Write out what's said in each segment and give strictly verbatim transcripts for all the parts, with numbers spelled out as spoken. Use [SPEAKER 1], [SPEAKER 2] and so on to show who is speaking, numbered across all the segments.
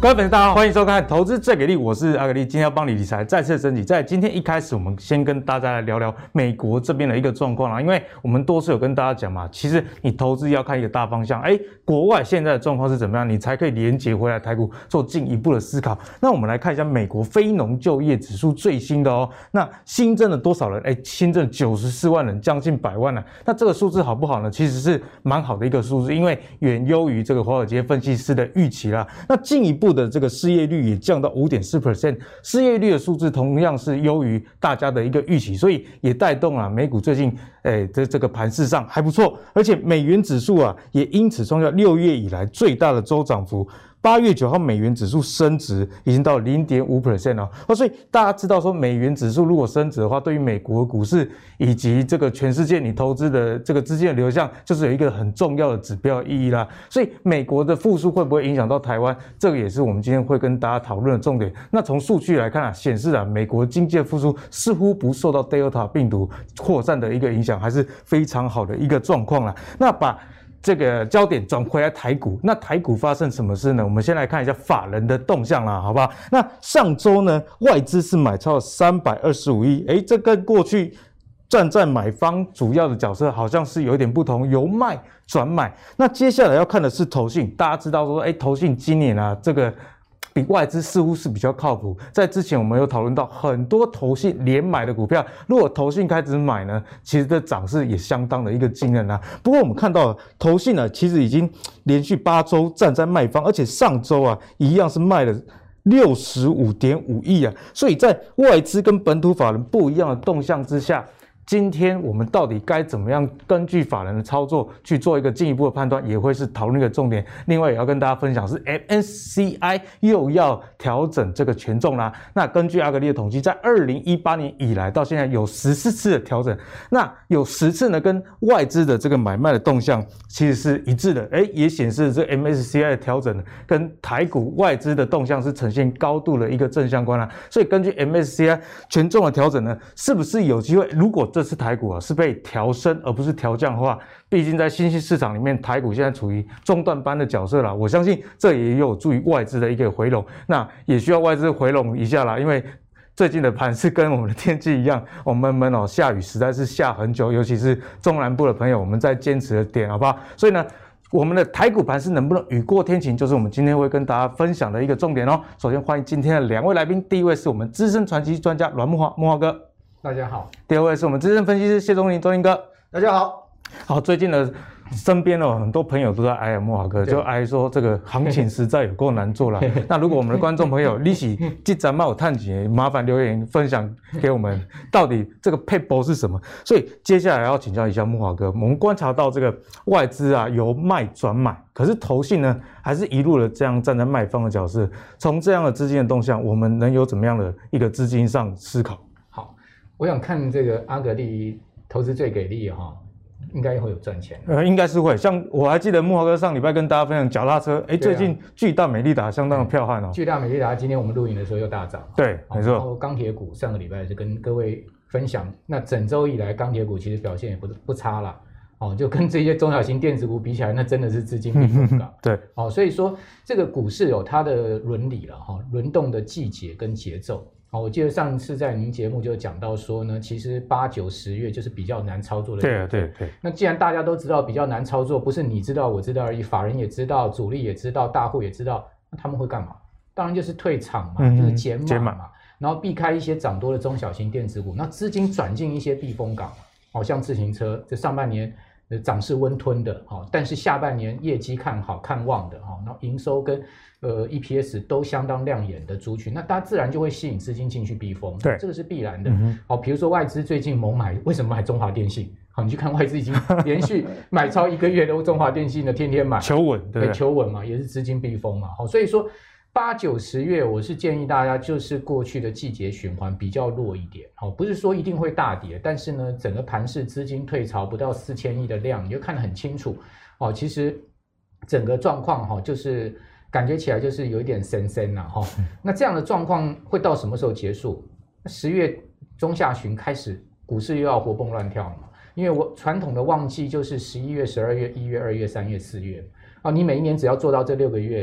[SPEAKER 1] 各位粉丝，大家好，欢迎收看《投资最给力》，我是阿格力，今天要帮你理财再次升级。在今天一开始，我们先跟大家来聊聊美国这边的一个状况啦，因为我们多次有跟大家讲嘛，其实你投资要看一个大方向，哎，国外现在的状况是怎么样，你才可以连接回来台股做进一步的思考。那我们来看一下美国非农就业指数最新的哦，那新增了多少人？哎，新增九十四万人，将近百万了、啊。那这个数字好不好呢？其实是蛮好的一个数字，因为远优于这个华尔街分析师的预期啦。那进一步的这个失业率也降到 百分之五点四， 失业率的数字同样是优于大家的一个预期，所以也带动了美股最近诶这这个盘势上还不错，而且美元指数啊也因此创下六月以来最大的周涨幅。八月九号美元指数升值已经到 百分之零点五 了、哦、所以大家知道说美元指数如果升值的话，对于美国股市以及这个全世界你投资的这个资金的流向就是有一个很重要的指标意义啦。所以美国的复苏会不会影响到台湾，这个也是我们今天会跟大家讨论的重点。那从数据来看啊，显示啊美国经济的复苏似乎不受到 Delta 病毒扩散的一个影响，还是非常好的一个状况啦。那把这个焦点转回来台股，那台股发生什么事呢？我们先来看一下法人的动向啦，好不好？那上周呢，外资是买超了三百二十五亿，诶，这跟过去站在买方主要的角色好像是有一点不同，由卖转买。那接下来要看的是投信，大家知道说，诶，投信今年啊，这个比外资似乎是比较靠谱。在之前我们有讨论到很多投信连买的股票，如果投信开始买呢，其实的涨势也相当的一个惊人啊。不过我们看到投信呢，其实已经连续八周站在卖方，而且上周啊一样是卖了六十五点五亿啊。所以在外资跟本土法人不一样的动向之下，今天我们到底该怎么样根据法人的操作去做一个进一步的判断，也会是讨论的重点。另外也要跟大家分享是 M S C I 又要调整这个权重啦。那根据阿格力的统计，在二零一八年以来到现在有十四次的调整，那有十次呢跟外资的这个买卖的动向其实是一致的，诶也显示这 M S C I 的调整跟台股外资的动向是呈现高度的一个正相关啦。所以根据 M S C I 权重的调整呢，是不是有机会，如果这次台股啊是被调升而不是调降的话，毕竟在新兴市场里面，台股现在处于中段班的角色啦，我相信这也有助于外资的一个回笼，那也需要外资回笼一下啦，因为最近的盘是跟我们的天气一样，我们们哦下雨实在是下很久，尤其是中南部的朋友，我们在坚持的点好不好？所以呢，我们的台股盘是能不能雨过天晴，就是我们今天会跟大家分享的一个重点哦。首先欢迎今天的两位来宾，第一位是我们资深传奇专家阮慕骅，慕骅哥。
[SPEAKER 2] 大家好。
[SPEAKER 1] 第二位是我们资深分析师谢宗霖，宗霖哥。
[SPEAKER 3] 大家好。
[SPEAKER 1] 好，最近呢，身边哦很多朋友都在哀慕骅哥，就哀说这个行情实在有够难做了。那如果我们的观众朋友你是这咱们有探钱，麻烦留言分享给我们，到底这个撇步是什么？所以接下来要请教一下慕骅哥，我们观察到这个外资啊由卖转买，可是投信呢还是一路的这样站在卖方的角色。从这样的资金的动向，我们能有怎么样的一个资金上思考？
[SPEAKER 2] 好，我想看这个阿格力投资最给力哈。应该会有赚钱，
[SPEAKER 1] 呃，应该是会。像我还记得慕骅哥上礼拜跟大家分享脚踏车，哎、啊，最近巨大美利达相当的彪悍哦。
[SPEAKER 2] 巨大美利达今天我们录影的时候又大涨，
[SPEAKER 1] 对，没错。
[SPEAKER 2] 然后钢铁股上个礼拜就跟各位分享，那整周以来钢铁股其实表现也不不差啦，哦，就跟这些中小型电子股比起来，那真的是资金避风港。
[SPEAKER 1] 对，
[SPEAKER 2] 哦，所以说这个股市有它的伦理了哈，轮动的季节跟节奏。哦，我记得上次在您节目就讲到说呢，其实八九十月就是比较难操作的。
[SPEAKER 1] 对对对。
[SPEAKER 2] 那既然大家都知道比较难操作，不是你知道我知道而已，法人也知道，主力也知道，大户也知道，那他们会干嘛？当然就是退场嘛，嗯、就是减码嘛，码然后避开一些涨多的中小型电子股，那资金转进一些避风港，好、哦、像自行车，这上半年涨势温吞的，哦，但是下半年业绩看好看旺的，哦，然后营收跟呃 E P S 都相当亮眼的族群，那大家自然就会吸引资金进去避风，
[SPEAKER 1] 对，
[SPEAKER 2] 这个是必然的。嗯、好，比如说外资最近猛买，为什么买中华电信？好，你去看外资已经连续买超一个月的中华电信的，天天买，
[SPEAKER 1] 求稳，对不对？
[SPEAKER 2] 求稳嘛，也是资金避风嘛。好，所以说八九十月，我是建议大家就是过去的季节循环比较弱一点，好，不是说一定会大跌，但是呢，整个盘势资金退潮不到四千亿的量，你就看得很清楚。哦，其实整个状况哈，就是感觉起来就是有一点深深呐哈。那这样的状况会到什么时候结束？十月中下旬开始，股市又要活蹦乱跳了嘛。因为我传统的旺季就是十一月、十二月、一月、二月、三月、四月啊，你每一年只要做到这六个月，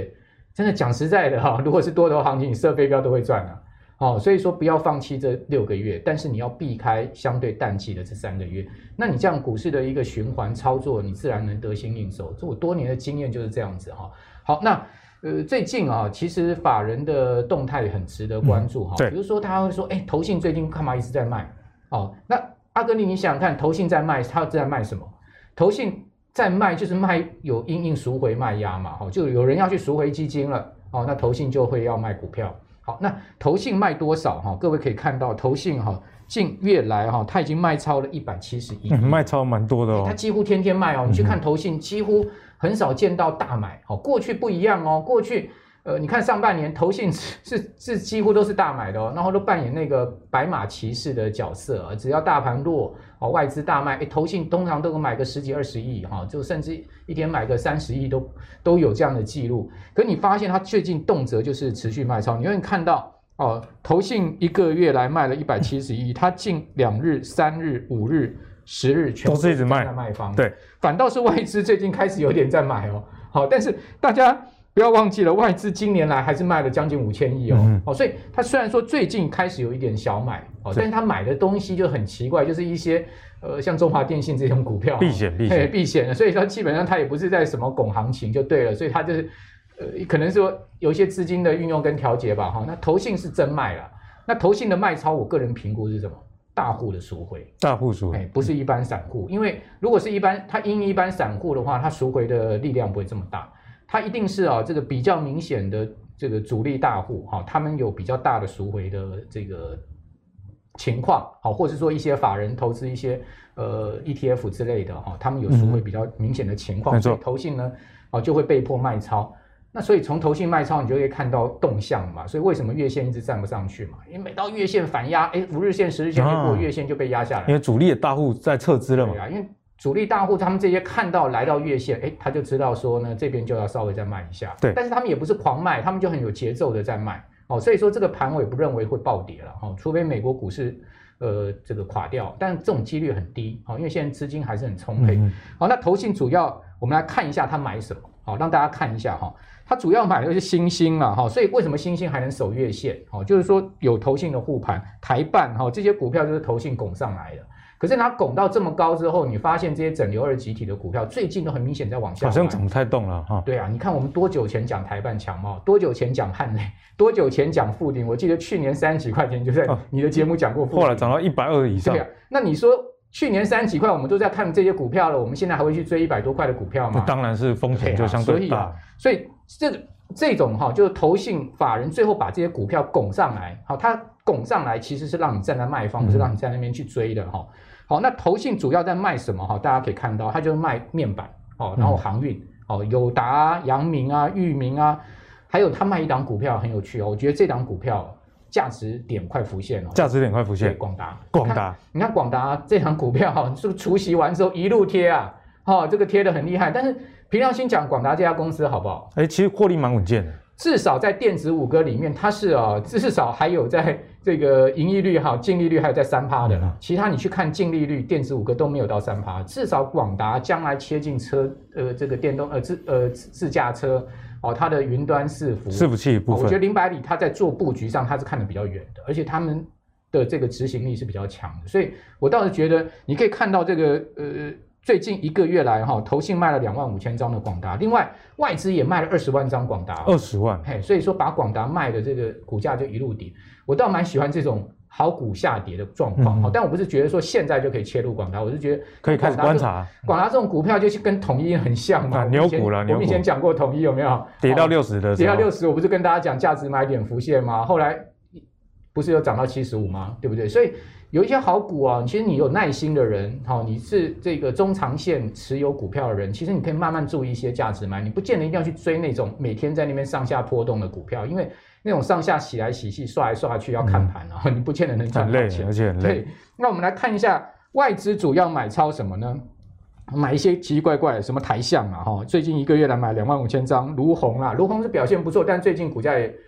[SPEAKER 2] 真的讲实在的哈，如果是多头行情，你射飞镖都会赚啊。哦，所以说不要放弃这六个月，但是你要避开相对淡季的这三个月。那你这样股市的一个循环操作，你自然能得心应手。这我多年的经验就是这样子哈。好，那呃最近啊，其实法人的动态很值得关注哈。嗯、比如说他会说，哎，投信最近干嘛一直在卖？哦，那阿格力，你想想看，投信在卖，他在卖什么？投信在卖就是卖有因应赎回卖压嘛，就有人要去赎回基金了，哦，那投信就会要卖股票。好，那投信卖多少哈？各位可以看到，投信哈近月来哈，它已经卖超了一百七十一亿，
[SPEAKER 1] 卖超蛮多的哦。
[SPEAKER 2] 它几乎天天卖哦，你去看投信，几乎很少见到大买。好，过去不一样哦，过去呃，你看上半年投信是是几乎都是大买的哦，然后都扮演那个白马骑士的角色啊，只要大盘弱哦，外资大卖，哎，投信通常都买个十几二十亿哈，就甚至一天买个三十亿都都有这样的记录。可你发现它最近动辄就是持续卖超，你会看到哦，投信一个月来卖了一百七十亿，它近两日、三日、五日、十日全部
[SPEAKER 1] 都是一直卖
[SPEAKER 2] 在卖方，
[SPEAKER 1] 对，
[SPEAKER 2] 反倒是外资最近开始有点在买哦。好，但是大家不要忘记了，外资今年来还是卖了将近五千亿哦。嗯、哦，所以它虽然说最近开始有一点小买哦，但是它买的东西就很奇怪，就是一些呃像中华电信这种股票
[SPEAKER 1] 避险避险
[SPEAKER 2] 避险的，所以它基本上它也不是在什么拱行情就对了，所以它就是呃可能说有一些资金的运用跟调节吧哈、哦。那投信是真卖了，那投信的卖超，我个人评估是什么？大户的赎回，
[SPEAKER 1] 大户赎回，
[SPEAKER 2] 哎，不是一般散户，因为如果是一般，它因一般散户的话，它赎回的力量不会这么大。它一定是啊，这个比较明显的这个主力大户哈，他们有比较大的赎回的这个情况，好，或者说一些法人投资一些呃 E T F 之类的哈，他们有赎回比较明显的情况，嗯、所以投信呢啊就会被迫卖超。那所以从投信卖超，你就会看到动向嘛。所以为什么月线一直站不上去嘛？因为每到月线反压，哎，五日线、十日线越过月线就被压下来，
[SPEAKER 1] 因为主力的大户在撤资了嘛。
[SPEAKER 2] 对啊，因为主力大户他们这些看到来到月线，哎，他就知道说呢，这边就要稍微再卖一下。
[SPEAKER 1] 对，
[SPEAKER 2] 但是他们也不是狂卖，他们就很有节奏的在卖。哦，所以说这个盘我也不认为会暴跌了。哦，除非美国股市呃这个垮掉，但这种几率很低。哦，因为现在资金还是很充沛。嗯、好，那投信主要我们来看一下他买什么。好，让大家看一下哈。它主要买的是新兴啦，哈，所以为什么新兴还能守月线？哦，就是说有投信的护盘，台半哈这些股票就是投信拱上来的。可是它拱到这么高之后，你发现这些整流二极体的股票最近都很明显在往下，
[SPEAKER 1] 好像涨不太动了哈。
[SPEAKER 2] 对啊，你看我们多久前讲台半强茂，多久前讲汉磊，多久前讲富鼎，我记得去年三十几块钱就在你的节目讲过富鼎，
[SPEAKER 1] 后来涨到一百二以上。
[SPEAKER 2] 对啊，那你说去年三十几块我们都在看这些股票了，我们现在还会去追一百多块的股票吗？
[SPEAKER 1] 当然是风险就相对大。
[SPEAKER 2] 啊、所以、啊、所以这个。这种哈，就是投信法人最后把这些股票拱上来，好，它拱上来其实是让你站在卖方，不是让你在那边去追的哈。好，那投信主要在卖什么哈？大家可以看到，它就是卖面板哦，然后航运哦，友达啊、阳明啊、裕民啊，还有它卖一档股票很有趣哦，我觉得这档股票价值点快浮现了，
[SPEAKER 1] 价值点快浮现，
[SPEAKER 2] 广达，
[SPEAKER 1] 广达，
[SPEAKER 2] 你看广达这档股票哈，是不是除息完之后一路贴啊？哦，这个贴得很厉害，但是凭良心讲，广达这家公司好不好？
[SPEAKER 1] 哎，其实获利蛮稳健的，
[SPEAKER 2] 至少在电子五哥里面，它是啊、哦，至少还有在这个盈利率哈、净利率还有在三趴的啦。嗯、其他你去看净利率，电子五哥都没有到三趴。至少广达将来切进车呃这个电动呃自呃自驾车哦，它的云端伺服
[SPEAKER 1] 伺服器部分，
[SPEAKER 2] 我觉得林百里他在做布局上他是看得比较远的，而且他们的这个执行力是比较强的，所以我倒是觉得你可以看到这个呃。最近一个月来哈，投信卖了两万五千张的广达，另外外资也卖了二十万张广达，
[SPEAKER 1] 二十万，
[SPEAKER 2] 嘿，所以说把广达卖的这个股价就一路跌，我倒蛮喜欢这种好股下跌的状况，嗯、但我不是觉得说现在就可以切入广达，我是觉得
[SPEAKER 1] 可以开始观察。
[SPEAKER 2] 广达这种股票就是跟统一很像嘛，
[SPEAKER 1] 啊、牛股了，
[SPEAKER 2] 我们以前讲过统一有没有？
[SPEAKER 1] 跌到六十的，
[SPEAKER 2] 跌到六十，我不是跟大家讲价值买点浮现吗？后来不是有涨到七十五吗？对不对？所以。有一些好股啊，其实你有耐心的人，好，你是这个中长线持有股票的人，其实你可以慢慢注意一些价值买，你不见得一定要去追那种每天在那边上下波动的股票，因为那种上下洗来洗去、刷来刷去要看盘啊，嗯、你不见得能赚到钱，
[SPEAKER 1] 而且很累。
[SPEAKER 2] 对，那我们来看一下外资主要买超什么呢？买一些奇奇怪怪的，什么台象啊，哈，最近一个月来买两万五千张，卢鸿啦，卢鸿是表现不错，但最近股价也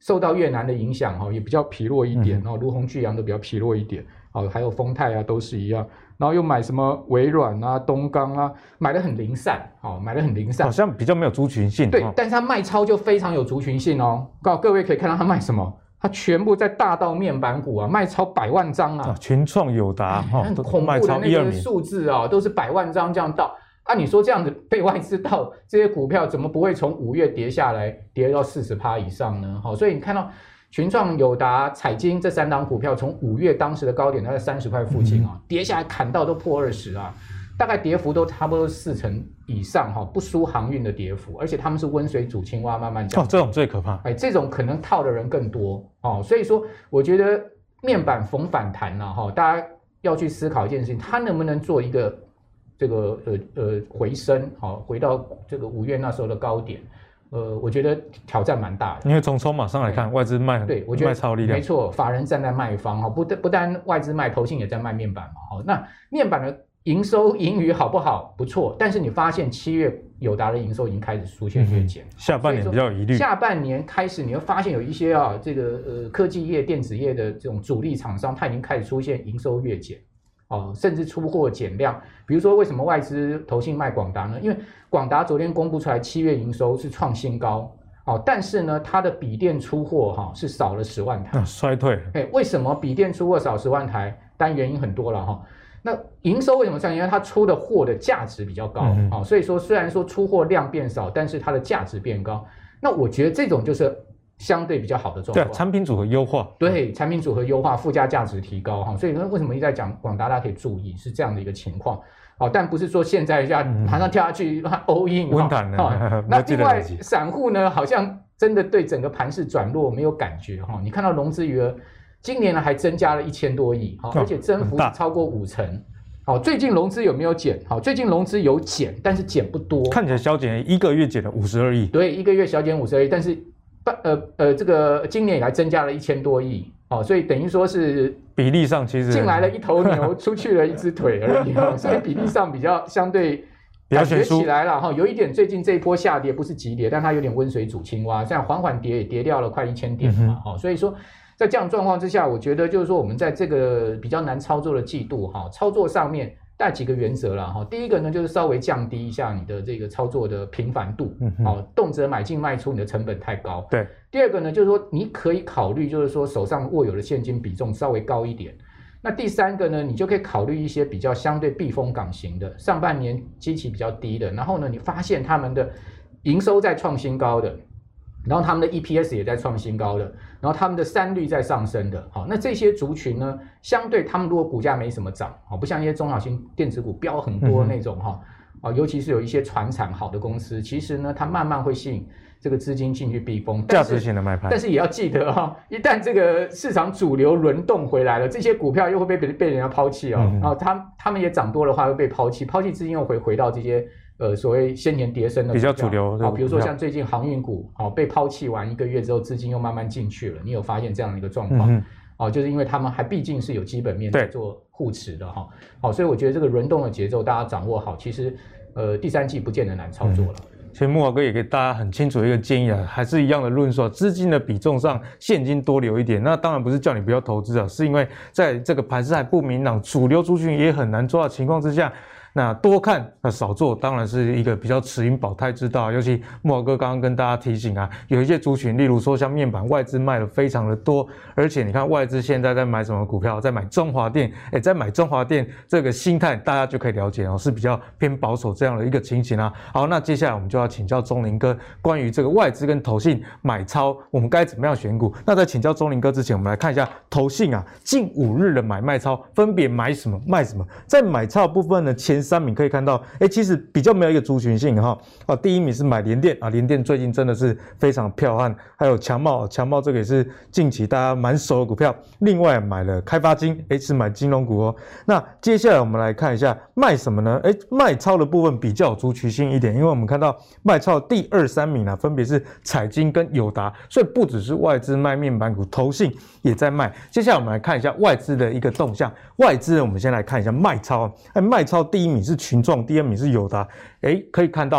[SPEAKER 2] 受到越南的影响哈，也比较疲弱一点，然后如鸿巨阳都比较疲弱一点，好，还有丰泰啊都是一样，然后又买什么微软啊、东钢啊，买得很零散，好，买得很零散，
[SPEAKER 1] 好像比较没有族群性。
[SPEAKER 2] 对，但是它卖超就非常有族群性哦。告各位可以看到它卖什么，它全部在大道面板股啊，卖超百万张啊，
[SPEAKER 1] 群创、友达哈，
[SPEAKER 2] 很恐怖的那个数字啊，都是百万张这样到。啊，你说这样子被外资到这些股票，怎么不会从五月跌下来，跌到 百分之四十 以上呢？好，所以你看到群创、友达、彩晶这三档股票，从五月当时的高点大概三十块附近啊，嗯、跌下来砍到都破二十啊，大概跌幅都差不多四成以上哈，不输航运的跌幅，而且他们是温水煮青蛙，慢慢降。
[SPEAKER 1] 哦，这种最可怕。
[SPEAKER 2] 哎，这种可能套的人更多哦，所以说我觉得面板逢反弹呐，哈，大家要去思考一件事情，它能不能做一个。这个呃呃回升，好，回到这个五月那时候的高点，呃，我觉得挑战蛮大的。
[SPEAKER 1] 因为从筹码上来看，外资卖很
[SPEAKER 2] 对，我觉得
[SPEAKER 1] 卖超力量，
[SPEAKER 2] 没错，法人站在卖方哈，不不但外资卖，投信也在卖面板嘛，好，那面板的营收盈余好不好？不错，但是你发现七月友达的营收已经开始出现月减、嗯，
[SPEAKER 1] 下半年比较有疑虑。
[SPEAKER 2] 下半年开始，你会发现有一些啊，这个呃科技业、电子业的这种主力厂商，它已经开始出现营收月减。哦，甚至出货减量，比如说为什么外资投信卖广达呢？因为广达昨天公布出来七月营收是创新高，哦，但是呢，它的笔电出货哈、哦、是少了十万台，
[SPEAKER 1] 嗯、衰退。
[SPEAKER 2] 哎，为什么笔电出货少十万台？当然原因很多了哈、哦。那营收为什么上？因为它出的货的价值比较高，嗯哦，所以说虽然说出货量变少，但是它的价值变高。那我觉得这种就是相对比较好的状况，
[SPEAKER 1] 对，产品组合优化，
[SPEAKER 2] 对，产品组合优化，附加价值提高哈，所以为什么一直在讲广达，大家可以注意是这样的一个情况，哦，但不是说现在要马上跳下去 all in
[SPEAKER 1] 温谈
[SPEAKER 2] 哈。那另外散户呢，好像真的对整个盘势转弱没有感觉哈。你看到融资余额今年呢还增加了一千多亿哈，而且增幅超过五成。好，最近融资有没有减？好，最近融资有减，但是减不多，
[SPEAKER 1] 看起来小减，一个月减了五十二亿。
[SPEAKER 2] 对，一个月小减五十二亿，但是。呃呃，这个今年以来增加了一千多亿，哦，所以等于说是
[SPEAKER 1] 比例上其实
[SPEAKER 2] 进来了一头牛，出去了一只腿而已，哦，所以比例上比较相对感觉起来了哈，有一点最近这一波下跌不是急跌，但它有点温水煮青蛙，这样缓缓跌也跌掉了快一千点嘛，嗯、哦，所以说在这样状况之下，我觉得就是说我们在这个比较难操作的季度哈，操作上面。大几个原则啦哈，第一个呢就是稍微降低一下你的这个操作的频繁度，嗯，哦，动辄买进卖出你的成本太高。
[SPEAKER 1] 对，
[SPEAKER 2] 第二个呢就是说你可以考虑就是说手上握有的现金比重稍微高一点。那第三个呢，你就可以考虑一些比较相对避风港型的，上半年基期比较低的，然后呢你发现他们的营收在创新高的。然后他们的 E P S 也在创新高的，然后他们的三率在上升的，好，那这些族群呢，相对他们如果股价没什么涨，好，不像一些中小型电子股飙很多那种哈，啊，尤其是有一些传产好的公司，其实呢，它慢慢会吸引这个资金进去避风，
[SPEAKER 1] 价值型的买盘，
[SPEAKER 2] 但是也要记得哈，一旦这个市场主流轮动回来了，这些股票又会被被人家抛弃哦，嗯、然后他他们也涨多的话会被抛弃，抛弃资金又回回到这些。呃，所谓先前跌升的
[SPEAKER 1] 比较主流，
[SPEAKER 2] 好，比如说像最近航运股，好被抛弃完一个月之后，资金又慢慢进去了，你有发现这样的一个状况？嗯哦，就是因为他们还毕竟是有基本面在做护持的哈，好，所以我觉得这个轮动的节奏大家掌握好，其实呃第三季不见得难操作了。嗯
[SPEAKER 1] 其实木华哥也给大家很清楚的一个建议啊，还是一样的论述，资金的比重上现金多留一点。那当然不是叫你不要投资啊，是因为在这个盘势还不明朗，主流族群也很难抓的情况之下。那多看那少做当然是一个比较持盈保泰之道，尤其木华哥刚刚跟大家提醒啊，有一些族群，例如说像面板，外资卖的非常的多，而且你看外资现在在买什么股票，在买中华电，哎，在买中华电这个心态，大家就可以了解哦，是比较偏保守这样的一个情形啊。好，那接下来我们就要请教钟林哥关于这个外资跟投信买超，我们该怎么样选股？那在请教钟林哥之前，我们来看一下投信啊，近五日的买卖超分别买什么卖什么，在买超的部分呢，前三名可以看到，哎，其实比较没有一个族群性哈。啊，第一名是买联电啊，联电最近真的是非常彪悍，还有强茂，强茂这个也是近期大家蛮熟的股票。另外买了开发金，哎，是买金融股哦。那接下来我们来看一下卖什么呢？哎，卖超的部分比较有族群性一点，因为我们看到卖超的第二、三名啊，分别是彩晶跟友达，所以不只是外资卖面板股，投信也在卖。接下来我们来看一下外资的一个动向，外资我们先来看一下卖超，哎，卖超第一名是群创，第二名是友达，哎，可以看到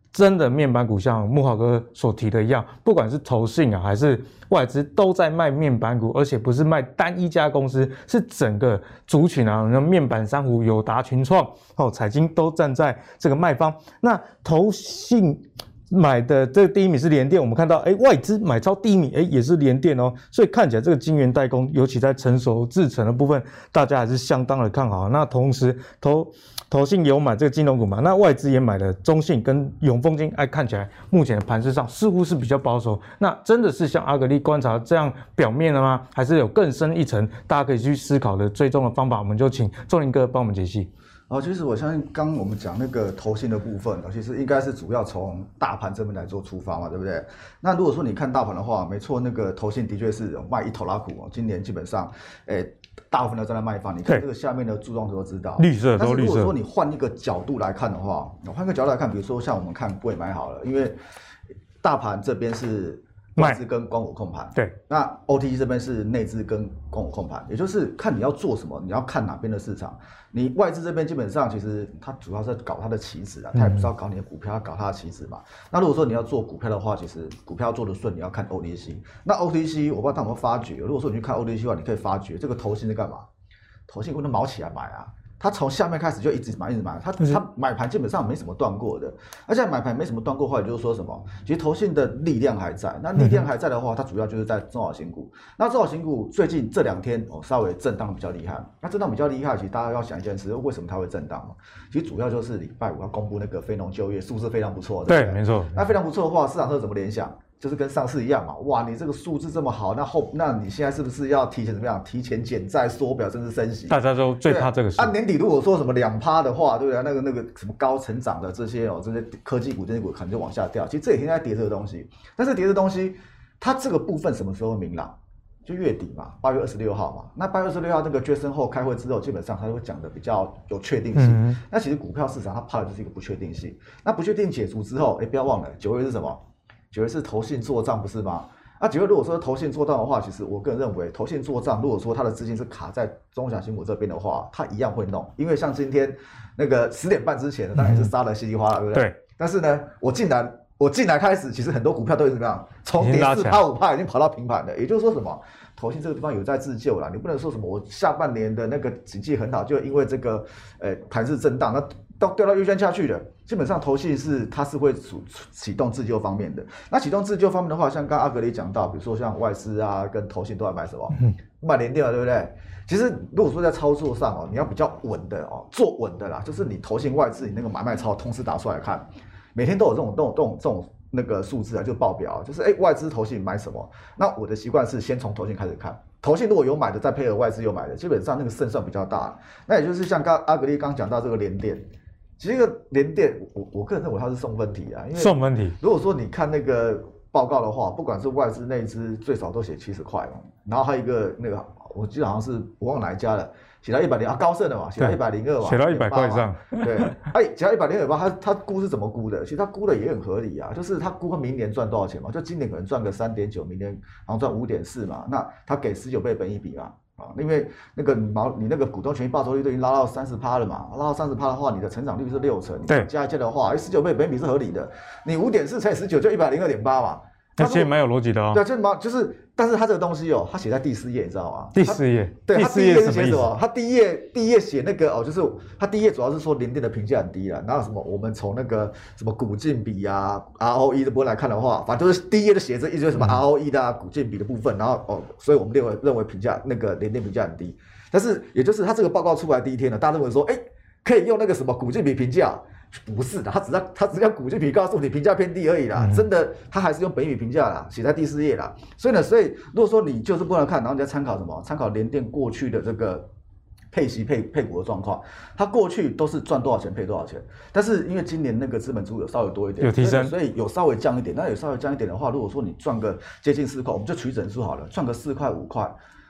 [SPEAKER 1] 真的面板股像木华哥所提的一样，不管是投信啊还是外资都在卖面板股，而且不是卖单一家公司，是整个族群啊，那面板三虎、友达、群创、哦彩晶都站在这个卖方。那投信买的这个第一名是联电，我们看到，哎，外资买超第一名，哎，也是联电哦，所以看起来这个晶圆代工，尤其在成熟制程的部分，大家还是相当的看好。那同时投投信有买这个金融股嘛，那外资也买了中信跟永丰金，哎，看起来目前的盘势上似乎是比较保守。那真的是像阿格力观察这样表面的吗？还是有更深一层，大家可以去思考的追踪的方法？我们就请仲林哥帮我们解析。
[SPEAKER 3] 哦，其实我相信刚我们讲那个投信的部分，其实应该是主要从大盘这边来做出发嘛，对不对？那如果说你看大盘的话，没错，那个投信的确是有卖一头拉股哦，今年基本上，诶，大部分都站在卖方。你看这个下面的柱状图都知道，
[SPEAKER 1] 绿色都绿色。
[SPEAKER 3] 但是如果说你换一个角度来看的话，换个角度来看，比如说像我们看贵买好了，因为大盘这边是外资跟光谷控盘，
[SPEAKER 1] 对，
[SPEAKER 3] 那 O T C 这边是内资跟光谷控盘，也就是看你要做什么，你要看哪边的市场。你外资这边基本上其实它主要是搞它的期指啊，它也不是要搞你的股票，要搞它的期指嘛。那如果说你要做股票的话，其实股票做的顺，你要看 O T C。那 O T C 我不知道他有没有发觉，如果说你去看 O T C 的话，你可以发觉这个投信是干嘛？投信不能毛起来买啊。他从下面开始就一直买，一直买，他他买盘基本上没什么断过的，而且买盘没什么断过的话，也就是说什么？其实投信的力量还在，那力量还在的话，它主要就是在中小型股。那中小型股最近这两天哦稍微震荡比较厉害，那震荡比较厉害，其实大家要想一件事，为什么它会震荡嘛？其实主要就是礼拜五要公布那个非农就业数字非常不错，对不对？
[SPEAKER 1] 对，没错。
[SPEAKER 3] 那非常不错的话，市场上怎么联想？就是跟上次一样嘛，哇，你这个数字这么好，那后那你现在是不是要提前怎么样？提前减债、缩表，甚至升息？
[SPEAKER 1] 大家都最怕这个事。
[SPEAKER 3] 啊，年底如果说什么两趴的话，对不对？那个那个什么高成长的这些哦，这些科技股、这些股可能就往下掉。其实这几天在跌这个东西，但是跌的东西，它这个部分什么时候明朗？就月底嘛，八月二十六号嘛。那八月二十六号那个决胜后开会之后，基本上他会讲的比较有确定性。嗯、那其实股票市场它怕的就是一个不确定性。那不确定解除之后，哎，不要忘了九月是什么？九月是投信做账不是吗？那九月如果说投信做账的话，其实我个人认为投信做账，如果说它的资金是卡在中小型股这边的话，它一样会弄。因为像今天那个十点半之前，当然是杀得稀里哗啦，对不对？对。但是呢，我进来我进来开始，其实很多股票都是怎么样，从跌四趴五趴已经跑到平盘了。也就是说什么？投信这个地方有在自救啦，你不能说什么我下半年的那个景气很好，就因为这个呃盘势震荡，那到掉到月线下去的，基本上投信是它是会启动自救方面的。那启动自救方面的话，像刚刚阿格里讲到，比如说像外资啊跟投信都在买什么？嗯，买联电了，对不对？其实如果说在操作上哦，你要比较稳的哦，做稳的啦，就是你投信外资你那个买卖超同时打出来看，每天都有这种这种这种这种。那个数字啊，就报表，就是哎外资投信买什么？那我的习惯是先从投信开始看，投信如果有买的，再配合外资有买的，基本上那个胜算比较大。那也就是像刚阿格力刚讲到这个联电，其实这个联电，我我个人认为它是送分题啊，因为
[SPEAKER 1] 送分题。
[SPEAKER 3] 如果说你看那个报告的话，不管是外资内资，最少都写七十块嘛，然后还有一个那个我记得好像是我忘了哪一家了。写到一百零啊，高盛的嘛，写到一百零二嘛，
[SPEAKER 1] 写到一百块以上。
[SPEAKER 3] 对，哎，写到一百零二八，他他估是怎么估的？其实他估的也很合理啊，就是他估明年赚多少钱嘛，就今年可能赚个三点九，明年好像赚五点四嘛，那他给十九倍本益比嘛，啊，因为那个毛你那个股东权益报酬率都已经拉到三十趴了嘛，拉到三十趴的话，你的成长率是六成，对，加一加的话，哎，十九倍本益比是合理的，你五点四乘以十九就一百零二点八嘛。
[SPEAKER 1] 那其实蛮有逻辑的哦。
[SPEAKER 3] 对，就是蛮就是，但是他这个东西哦，他写在第四页，你知道吗？
[SPEAKER 1] 第四页，
[SPEAKER 3] 对，他第一页是写什么？他第一页第一页写那个哦，就是他第一页主要是说联电的评价很低了，然后什么我们从那个什么股净比啊、R O E 的部分来看的话，反正就是第一页的写着一堆什么 R O E 的、啊、股净比的部分，然后哦，所以我们认为认为评价那个联电评价很低，但是也就是他这个报告出来第一天呢，大家认为说，哎，可以用那个什么股净比评价。不是的，他只要他只要股净比告诉你评价偏低而已啦，嗯、真的他还是用本益比评价啦，写在第四页啦。所以呢，所以如果说你就是不能看，然后你再参考什么？参考联电过去的这个配息配配股的状况，它过去都是赚多少钱配多少钱，但是因为今年那个资本支出有稍微多一点，
[SPEAKER 1] 有提升，
[SPEAKER 3] 所以有稍微降一点。那有稍微降一点的话，如果说你赚个接近四块，我们就取整数好了，赚个四块五块。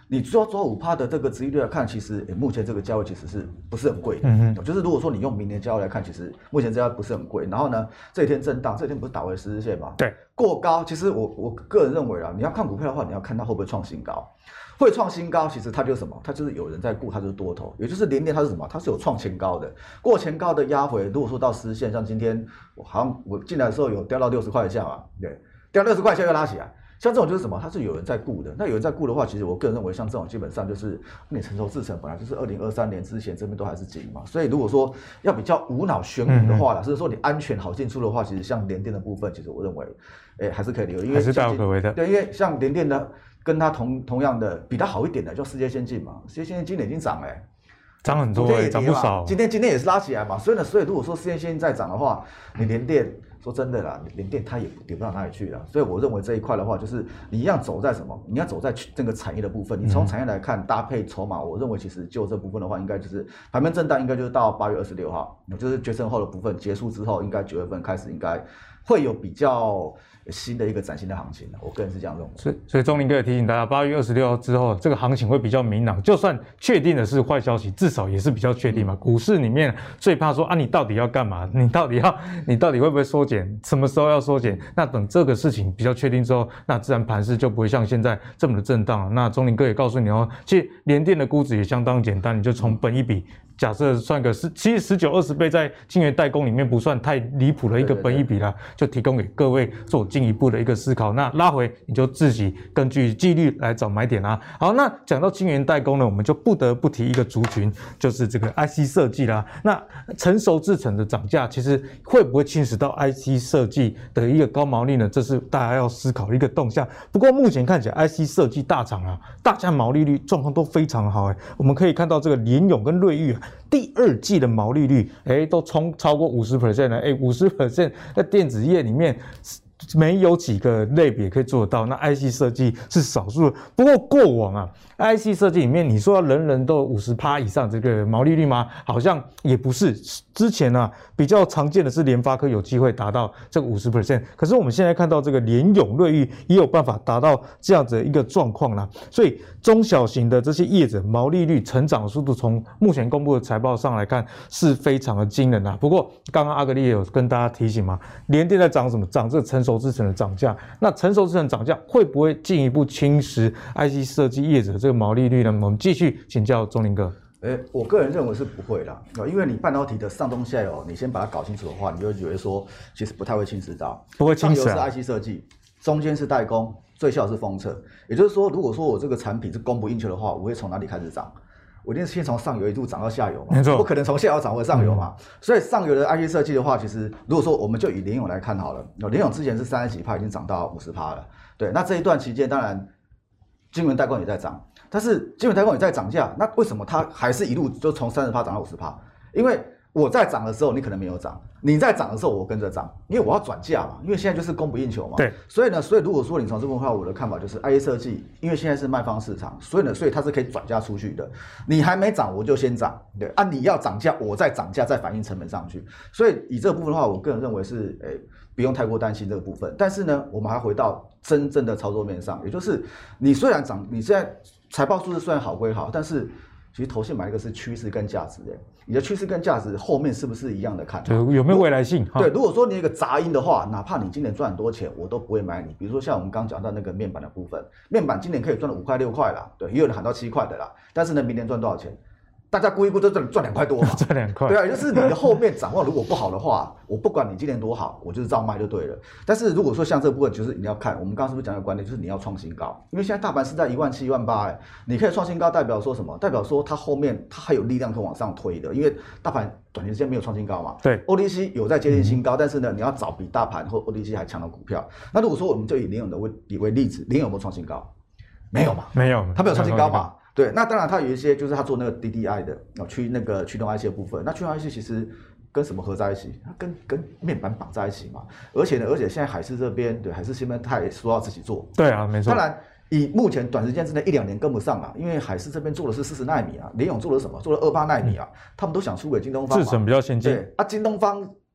[SPEAKER 3] 你抓抓五趴的这个殖利率来看，其实、欸、目前这个价位其实是不是很贵的？
[SPEAKER 1] 嗯哼，
[SPEAKER 3] 就是如果说你用明年价位来看，其实目前这价不是很贵。然后呢，这一天震荡，这一天不是打回十日线吗？
[SPEAKER 1] 对，
[SPEAKER 3] 过高，其实我我个人认为啊，你要看股票的话，你要看它会不会创新高。会创新高，其实它就是什么？它就是有人在顾，它就是多头，也就是联电它是什么？它是有创前高的，过前高的压回。如果说到十线，像今天我好像我进来的时候有掉到六十块以下嘛，对，掉六十块以下又拉起来。像这种就是什么？它是有人在顾的。那有人在顾的话，其实我个人认为，像这种基本上就是你成熟制程本来就是二零二三年之前这边都还是紧嘛，所以如果说要比较无脑选股的话啦，甚至说你安全好进出的话，其实像联电的部分，其实我认为，哎，还是可以留意，因为
[SPEAKER 1] 还是大有可为的。
[SPEAKER 3] 对，因为像联电的。跟它同同样的比它好一点的叫世界先进嘛，世界先进今年已经涨了、欸，
[SPEAKER 1] 涨很多、欸，涨不少。
[SPEAKER 3] 今天今天也是拉起来嘛，所以呢，所以如果说世界先进再涨的话，你联电说真的啦，联电它也跌不到哪里去了。所以我认为这一块的话，就是你一样走在什么？你要走在这个产业的部分。你从产业来看，搭配筹码，我认为其实就这部分的话，应该就是盘面震荡，应该就是到八月二十六号，就是决胜后的部分结束之后，应该九月份开始应该会有比较。新的一个崭新的行情，我个人是这样认为。
[SPEAKER 1] 所以，所以钟林哥也提醒大家，八月二十六号之后，这个行情会比较明朗。就算确定的是坏消息，至少也是比较确定嘛。股市里面最怕说啊，你到底要干嘛？你到底要，你到底会不会缩减？什么时候要缩减？那等这个事情比较确定之后，那自然盘势就不会像现在这么的震荡了。那钟林哥也告诉你哦，其实联电的估值也相当简单，你就从本益比。假设算个十，其实十九二十倍在晶圆代工里面不算太离谱的一个本益比啦，就提供给各位做进一步的一个思考。那拉回你就自己根据纪律来找买点啦。好，那讲到晶圆代工呢，我们就不得不提一个族群，就是这个 I C 设计啦。那成熟制程的涨价，其实会不会侵蚀到 I C 设计的一个高毛利呢？这是大家要思考的一个动向。不过目前看起来 I C 设计大厂啊，大家毛利率状况都非常好、欸，我们可以看到这个联咏跟瑞昱啊。第二季的毛利率，哎，都冲超过 百分之五十 了，哎 ，百分之五十 在电子业里面没有几个类别可以做得到。那 I C 设计是少数的，不过过往啊 ，I C 设计里面，你说要人人都有 百分之五十 以上这个毛利率吗？好像也不是。之前呢、啊，比较常见的是联发科有机会达到这个 百分之五十， 可是我们现在看到这个联咏、瑞昱也有办法达到这样子的一个状况啦。所以中小型的这些业者毛利率成长的速度，从目前公布的财报上来看是非常的惊人啊。不过刚刚阿格力也有跟大家提醒嘛，联电在涨什么？涨这个成熟制程的涨价。那成熟制程涨价会不会进一步侵蚀 I C 设计业者这个毛利率呢？我们继续请教钟林哥。
[SPEAKER 3] 哎，我个人认为是不会啦，因为你半导体的上中下游，你先把它搞清楚的话，你就会觉得说，其实不太会侵蝕到，
[SPEAKER 1] 不会侵蚀、啊。
[SPEAKER 3] 上游是 I C 设计，中间是代工，最下是封测。也就是说，如果说我这个产品是供不应求的话，我会从哪里开始涨？我一定是先从上游一路涨到下游嘛，
[SPEAKER 1] 没错，
[SPEAKER 3] 不可能从下游涨回上游嘛。嗯、所以上游的 I C 设计的话，其实如果说我们就以联咏来看好了，联咏之前是三十几趴，已经涨到五十趴了。对，那这一段期间，当然晶圆代工也在涨。但是晶圆代工也在涨价，那为什么它还是一路就从三十趴涨到五十趴？因为我在涨的时候你可能没有涨，你在涨的时候我跟着涨，因为我要转嫁嘛，因为现在就是供不应求嘛。对，所以呢，所以如果说你从这部分的话，我的看法就是 I C 设计，因为现在是卖方市场，所以呢，所以它是可以转嫁出去的。你还没涨，我就先涨，对啊，你要涨价，我再涨价，再反映成本上去。所以以这个部分的话，我个人认为是诶。欸不用太过担心这个部分，但是呢，我们还回到真正的操作面上，也就是你虽然涨，你现在财报数字虽然好归好，但是其实投信买一个是趋势跟价值，哎，你的趋势跟价值后面是不是一样的看？
[SPEAKER 1] 有有没有未来性？
[SPEAKER 3] 对，如果说你有个杂音的话，哪怕你今年赚很多钱，我都不会买你。比如说像我们刚讲到那个面板的部分，面板今年可以赚五块六块啦，对，也有人喊到七块的啦，但是呢，明年赚多少钱？大家估一估就赚赚两块多嘛，
[SPEAKER 1] 赚两块。
[SPEAKER 3] 对啊，也就是你的后面展望如果不好的话，我不管你今年多好，我就是照卖就对了。但是如果说像这部分，就是你要看，我们刚刚是不是讲的观点，就是你要创新高，因为现在大盘是在一万七、一万八，哎，你可以创新高，代表说什么？代表说它后面它还有力量可以往上推的，因为大盘短期之间没有创新高嘛。
[SPEAKER 1] 对
[SPEAKER 3] ，O T C 有在接近新高，嗯、但是呢，你要找比大盘或 O T C 还强的股票。那如果说我们就以联咏的为为例子，联咏有没有创新高？没有嘛，
[SPEAKER 1] 没有，
[SPEAKER 3] 它没有创新高嘛。对，那当然，它有一些就是它做那个 D D I 的哦，驱那个驱动 I C 的部分。那驱动 I C 其实跟什么合在一起？它跟跟面板绑在一起嘛。而且呢，而且现在海思这边，对海思这边它也说要自己做。
[SPEAKER 1] 对啊，没错。
[SPEAKER 3] 当然，以目前短时间之内一两年跟不上啊，因为海思这边做的是四十奈米啊，联咏做的是什么？做了二八奈米啊，他们都想出给京东方。
[SPEAKER 1] 制程比较先进。
[SPEAKER 3] 对啊，京东方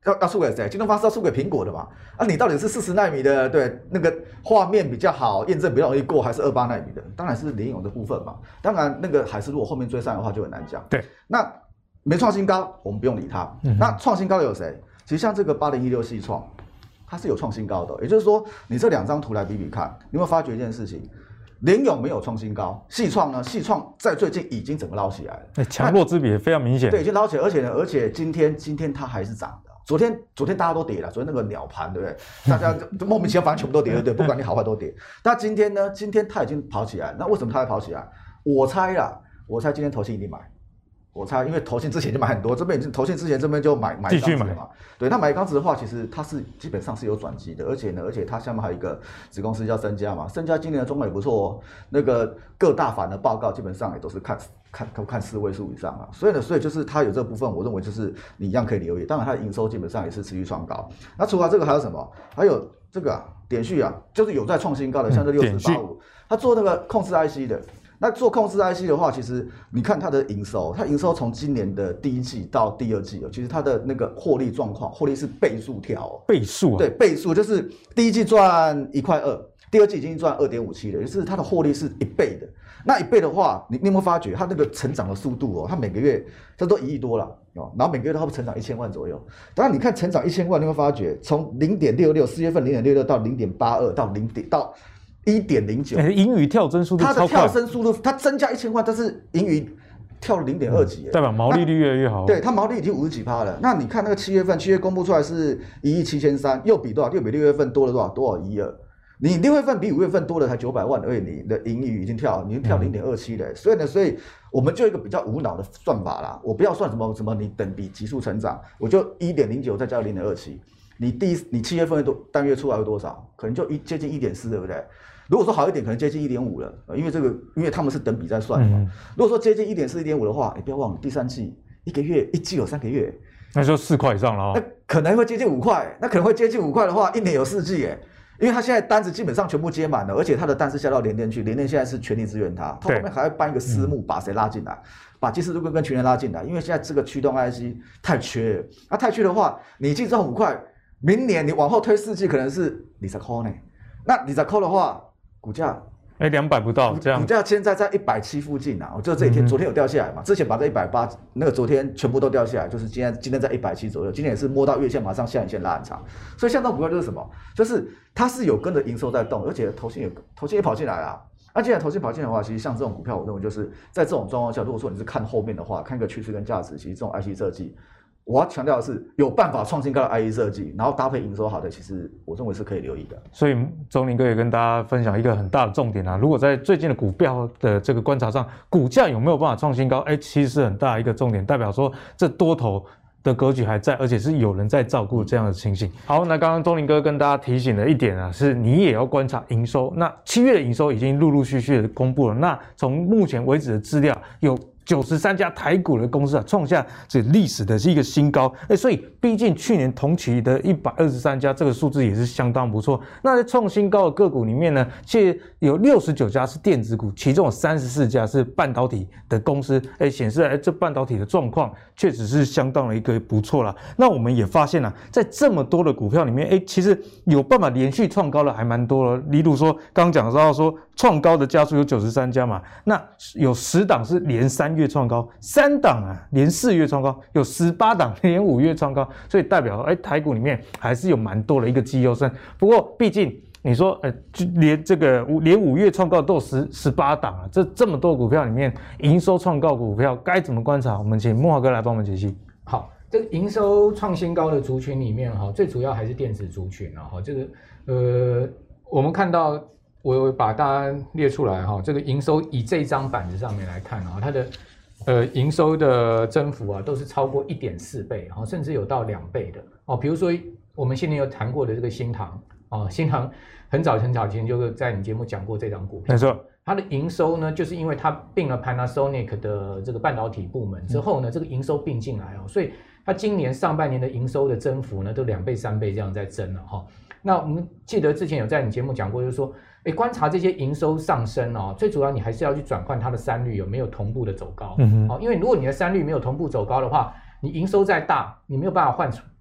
[SPEAKER 3] 要要输给谁？京东方是要输给苹果的嘛？啊，你到底是四十奈米的，对那个画面比较好，验证比较容易过，还是二八奈米的？当然是联咏的部分嘛。当然那个海思如果后面追上的话就很难讲。
[SPEAKER 1] 对，
[SPEAKER 3] 那没创新高，我们不用理它。嗯、那创新高的有谁？其实像这个八零一六矽创，它是有创新高的。也就是说，你这两张图来比比看，你有没有发觉一件事情？联咏没有创新高，矽创呢？矽创在最近已经整个捞起来了，
[SPEAKER 1] 强弱之比也非常明显。
[SPEAKER 3] 对，已经捞起来，而且呢，而且今天今天它还是涨的。昨天昨天大家都跌了，昨天那个鸟盘，对不对？大家莫名其妙，反正全部都跌，对不对？不管你好坏都跌。但今天呢？今天它已经跑起来，那为什么它会跑起来？我猜啦，我猜今天投信一定买。我猜，因为投信之前就买很多，这边已经投信之前这边就买买
[SPEAKER 1] 继续买
[SPEAKER 3] 嘛。对，它买钢子的话，其实它是基本上是有转机的，而且呢，而且它下面还有一个子公司叫森嘉嘛，森嘉今年的状况也不错哦。那个各大法的报告基本上也都是看看看看四位数以上啊，所以呢，所以就是它有这部分，我认为就是你一样可以留意。当然，它的营收基本上也是持续创高。那除了这个还有什么？还有这个、啊、点序啊，就是有在创新高的，像这六四八五，它做那个控制 I C 的。那做控制 I C 的话，其实你看它的营收，它营收从今年的第一季到第二季哦，其实它的那个获利状况，获利是倍数跳哦，
[SPEAKER 1] 倍数啊，
[SPEAKER 3] 对，倍数就是第一季赚一块二，第二季已经赚二点五七了，也就是它的获利是一倍的。那一倍的话，你你有没有发觉它那个成长的速度哦？它每个月这都一亿多了哦，然后每个月都差不多成长一千万左右。当然你看成长一千万，你会发觉从零点六六四月份零点六六到零点八二到零点到。一点零九，
[SPEAKER 1] 盈余跳增速度超快，
[SPEAKER 3] 它的跳升速度，它增加一千万，但是盈余跳了零点二几，
[SPEAKER 1] 代表毛利率越来越好。
[SPEAKER 3] 对，它毛利已经五十几趴了。那你看那个七月份，七月公布出来是一亿七千三，又比多少？又比六月份多了多少？多少一二？你六月份比五月份多了才九百万，而且你的盈余已经跳，你已经跳零点二七了。所以呢，所以我们就一个比较无脑的算法啦，我不要算什么什么你等比级数成长，我就一点零九再加零点二七，你第一你七月份多单月出来有多少？可能就一接近一点四，对不对？如果说好一点，可能接近一点五了，因为这个，因为他们是等比在算嘛。嗯、如果说接近一点四、一点五的话，你不要忘了，第三季一个月一季有三个月，
[SPEAKER 1] 那就四块以上了哦。
[SPEAKER 3] 那可能会接近五块，那可能会接近五块的话，一年有四季耶，因为他现在单子基本上全部接满了，而且他的单是下到联电去，联电现在是全力支援他，他后面还要搬一个私募，把谁拉进来？把技术路跟跟群联拉进来，因为现在这个驱动 I C 太缺了，那、啊、太缺的话，你进这五块，明年你往后推四季可能是二十块呢，那二十块的话。股价
[SPEAKER 1] 哎，两百不到这样，
[SPEAKER 3] 股价现在在一百七附近啊，就这几天，昨天有掉下来嘛，之前把这一百八那个昨天全部都掉下来，就是今天今天在一百七左右，今天也是摸到月线，马上下影线拉很长，所以像这种股票就是什么，就是它是有跟着营收在动，而且投信也投信也跑进来了。那既然投信跑进来的话，其实像这种股票，我认为就是在这种状况下，如果说你是看后面的话，看个趋势跟价值，其实这种 I C 设计。我要强调的是，有办法创新高的 I E 设计，然后搭配营收好的，其实我认为是可以留意的。
[SPEAKER 1] 所以钟林哥也跟大家分享一个很大的重点啊，如果在最近的股票的这个观察上，股价有没有办法创新高，哎，其实是很大的一个重点，代表说这多头的格局还在，而且是有人在照顾这样的情形。好，那刚刚钟林哥跟大家提醒的一点啊，是你也要观察营收。那七月的营收已经陆陆续续的公布了，那从目前为止的资料有。九十三家台股的公司啊，创下这历史的是一个新高，哎，所以毕竟去年同期的一百二十三家，这个数字也是相当不错。那在创新高的个股里面呢，其实有六十九家是电子股，其中有三十四家是半导体的公司，哎，显示哎这半导体的状况确实是相当的一个不错啦。那我们也发现啊，在这么多的股票里面，哎，其实有办法连续创高的还蛮多了。例如说，刚刚讲到说创高的家数有九十三家嘛，那有十档是连三月创高，三档啊连四月创高，有十八档连五月创高，所以代表哎台股里面还是有蛮多的一个绩优生。不过毕竟你说呃连这个连五月创高都有十十八档啊，这这么多股票里面营收创高股票该怎么观察？我们请慕骅哥来帮我们解析。
[SPEAKER 2] 好，这个营收创新高的族群里面哈，最主要还是电子族群啊哈，这个呃我们看到。我把大家列出来哈，这个营收以这张板子上面来看啊，它的呃营收的增幅啊都是超过 一点四倍，然后甚至有到两倍的哦。比如说我们先前有谈过的这个新唐啊，新唐很早很早前就在你节目讲过这张股票，
[SPEAKER 1] 没错，
[SPEAKER 2] 它的营收呢，就是因为它并了 Panasonic 的这个半导体部门之后呢，这个营收并进来哦，所以它今年上半年的营收的增幅呢都两倍三倍这样在增了哈。那我们记得之前有在你节目讲过，就是说。诶，观察这些营收上升哦，最主要你还是要去转换它的三率有没有同步的走高，嗯哼，哦，因为如果你的三率没有同步走高的话，你营收再大，你没有办法换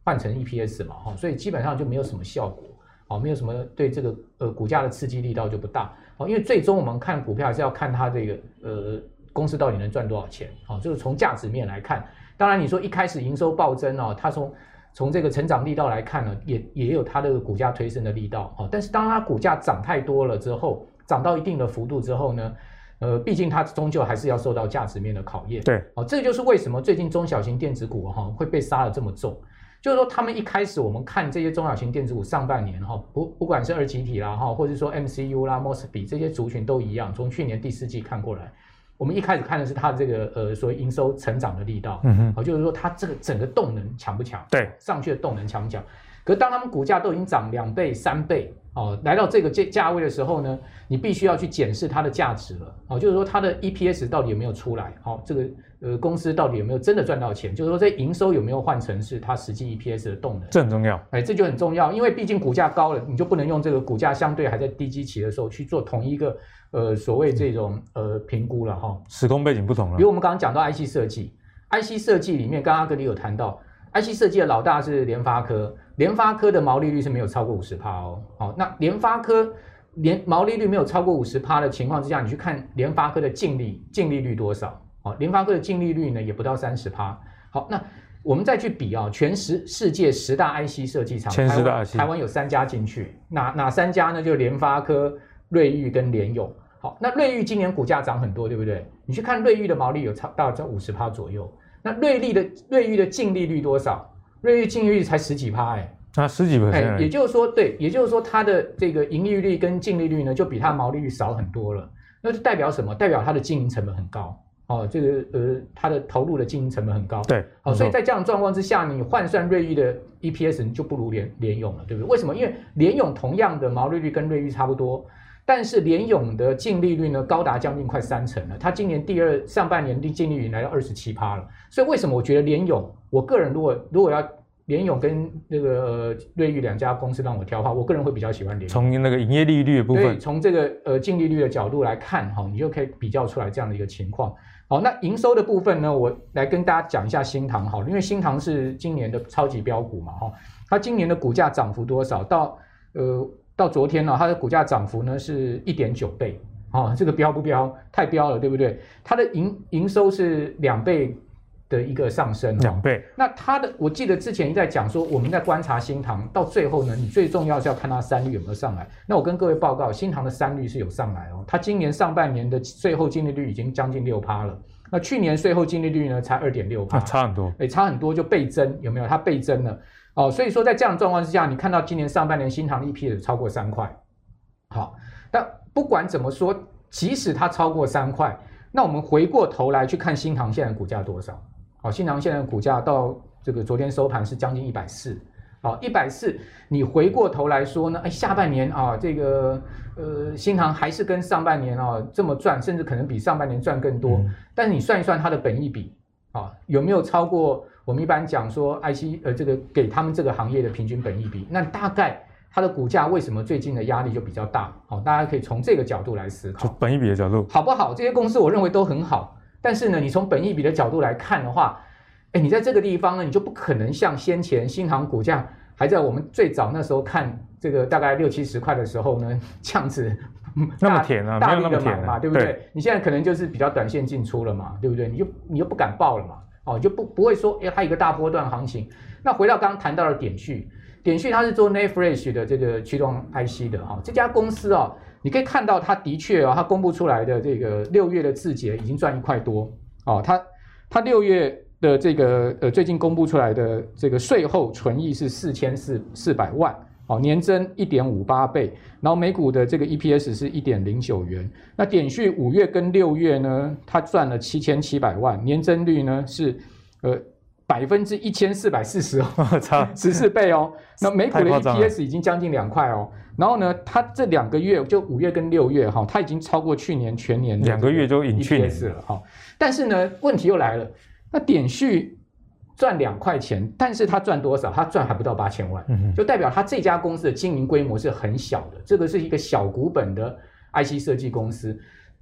[SPEAKER 2] 换成 E P S 嘛，哈，所以基本上就没有什么效果，哦，没有什么对这个呃股价的刺激力道就不大，哦，因为最终我们看股票还是要看它这个呃公司到底能赚多少钱，哦，就是从价值面来看。当然你说一开始营收暴增哦，它从从这个成长力道来看呢，也也有它的股价推升的力道，哦，但是当它股价涨太多了之后，涨到一定的幅度之后呢？呃，毕竟它终究还是要受到价值面的考验。
[SPEAKER 1] 对，
[SPEAKER 2] 哦，这就是为什么最近中小型电子股哈、哦、会被杀得这么重。就是说，他们一开始我们看这些中小型电子股上半年哈、哦，不不管是二极体啦哈，或者说 M C U 啦、M O S F E T 这些族群都一样。从去年第四季看过来，我们一开始看的是它的这个呃所谓营收成长的力道，嗯哼，哦，就是说它这个整个动能强不强？
[SPEAKER 1] 对，
[SPEAKER 2] 上去的动能强不强？可是当他们股价都已经涨两倍、三倍。哦，来到这个价位的时候呢，你必须要去检视它的价值了。哦，就是说它的 E P S 到底有没有出来？好、哦，这个呃公司到底有没有真的赚到钱？就是说这营收有没有换成是它实际 E P S 的动能？
[SPEAKER 1] 这很重要。
[SPEAKER 2] 哎，这就很重要，因为毕竟股价高了，你就不能用这个股价相对还在低基期的时候去做同一个呃所谓这种呃评估了哈、哦。
[SPEAKER 1] 时空背景不同了。
[SPEAKER 2] 比如我们刚刚讲到 I C 设计 ，I C 设计里面，刚刚阿格里有谈到。I C 设计的老大是联发科，联发科的毛利率是没有超过 百分之五十 哦。好，那联发科连毛利率没有超过 百分之五十 的情况之下，你去看联发科的净利净利率多少？哦，联发科的净利率呢也不到 百分之三十。好，那我们再去比啊、哦，全世世界十大 I C 设计厂，
[SPEAKER 1] 前十大 I C，
[SPEAKER 2] 台湾有三家进去，哪哪三家呢？就联发科、瑞昱跟联咏。好，那瑞昱今年股价涨很多，对不对？你去看瑞昱的毛利有超大概在 百分之五十 左右。那瑞昱的瑞昱的净利率多少？瑞昱净利率才十几趴哎，
[SPEAKER 1] 啊十几%，哎，
[SPEAKER 2] 也就是说，对，也就是说它的这个盈利率跟净利率呢，就比它毛利率少很多了。那就代表什么？代表它的经营成本很高哦，这个呃，它的投入的经营成本很高。
[SPEAKER 1] 对，
[SPEAKER 2] 好、哦，所以在这样的状况之下，你换算瑞昱的 E P S 你就不如联联咏了，对不对？为什么？因为联咏同样的毛利率跟瑞昱差不多。但是联咏的净利率呢，高达将近快三成了。它今年第二上半年的净利率来到 百分之二十七 了。所以为什么我觉得联咏，我个人如果如果要联咏跟那个、呃、瑞昱两家公司让我挑的话，我个人会比较喜欢联咏。
[SPEAKER 1] 从那个营业利率的部分，
[SPEAKER 2] 对，从这个呃净利率的角度来看，哈，你就可以比较出来这样的一个情况。好，那营收的部分呢，我来跟大家讲一下新唐好了，因为新唐是今年的超级标股嘛，哈，它今年的股价涨幅多少？到呃。到昨天呢、啊，它的股价涨幅呢是 一点九倍，哦，这个标不标？太标了，对不对？它的营营收是两倍的一个上升，
[SPEAKER 1] 两倍。
[SPEAKER 2] 那它的，我记得之前一直在讲说，我们在观察新唐，到最后呢，你最重要是要看它三率有没有上来。那我跟各位报告，新唐的三率是有上来哦，它今年上半年的税后净利率已经将近 百分之六 了。那去年税后净利率呢才 百分之二点六，
[SPEAKER 1] 差很多，
[SPEAKER 2] 哎，差很多就倍增，有没有？它倍增了哦，所以说在这样的状况之下，你看到今年上半年新唐的 E P S 超过三块。好，但不管怎么说，即使它超过三块，那我们回过头来去看新唐现在的股价多少？好，新唐现在的股价到这个昨天收盘是将近一百四，好，一百四，你回过头来说呢？哎，下半年啊，这个呃新唐还是跟上半年啊这么赚，甚至可能比上半年赚更多。嗯、但是你算一算它的本益比啊，有没有超过我们一般讲说 I C 呃这个给他们这个行业的平均本益比？那大概。它的股价为什么最近的压力就比较大？好，大家可以从这个角度来思考。
[SPEAKER 1] 就本益比的角度，
[SPEAKER 2] 好不好？这些公司我认为都很好，但是呢，你从本益比的角度来看的话，哎，你在这个地方呢，你就不可能像先前新唐股价还在我们最早那时候看这个大概六七十块的时候呢，这样子
[SPEAKER 1] 那么甜啊，
[SPEAKER 2] 大力的买嘛，
[SPEAKER 1] 对
[SPEAKER 2] 不对？你现在可能就是比较短线进出了嘛，对不对？你就你就不敢报了嘛，哦，就不不会说，哎，它一个大波段行情。那回到刚刚谈到的点序。点序它是做 NAND Flash 的这个驱动 I C 的哈、哦，这家公司啊、哦，你可以看到它的确啊、哦，它公布出来的这个六月的字节已经赚一块多哦，它它六月的这个呃最近公布出来的这个税后纯益是四千四百万哦，年增 一点五八倍，然后每股的这个 E P S 是 一点零九元。那点序五月跟六月呢，它赚了七千七百万，年增率呢是呃。百分之一千四百四十哦，差十四倍哦。那每股的 E P S 已经将近两块哦。然后呢，它这两个月就五月跟六月哈、哦，它已经超过去年全年的
[SPEAKER 1] 两个月就赢去年
[SPEAKER 2] 了哈、哦。但是呢，问题又来了，那点序赚两块钱，但是它赚多少？它赚还不到八千万，嗯、就代表它这家公司的经营规模是很小的。这个是一个小股本的 I C 设计公司。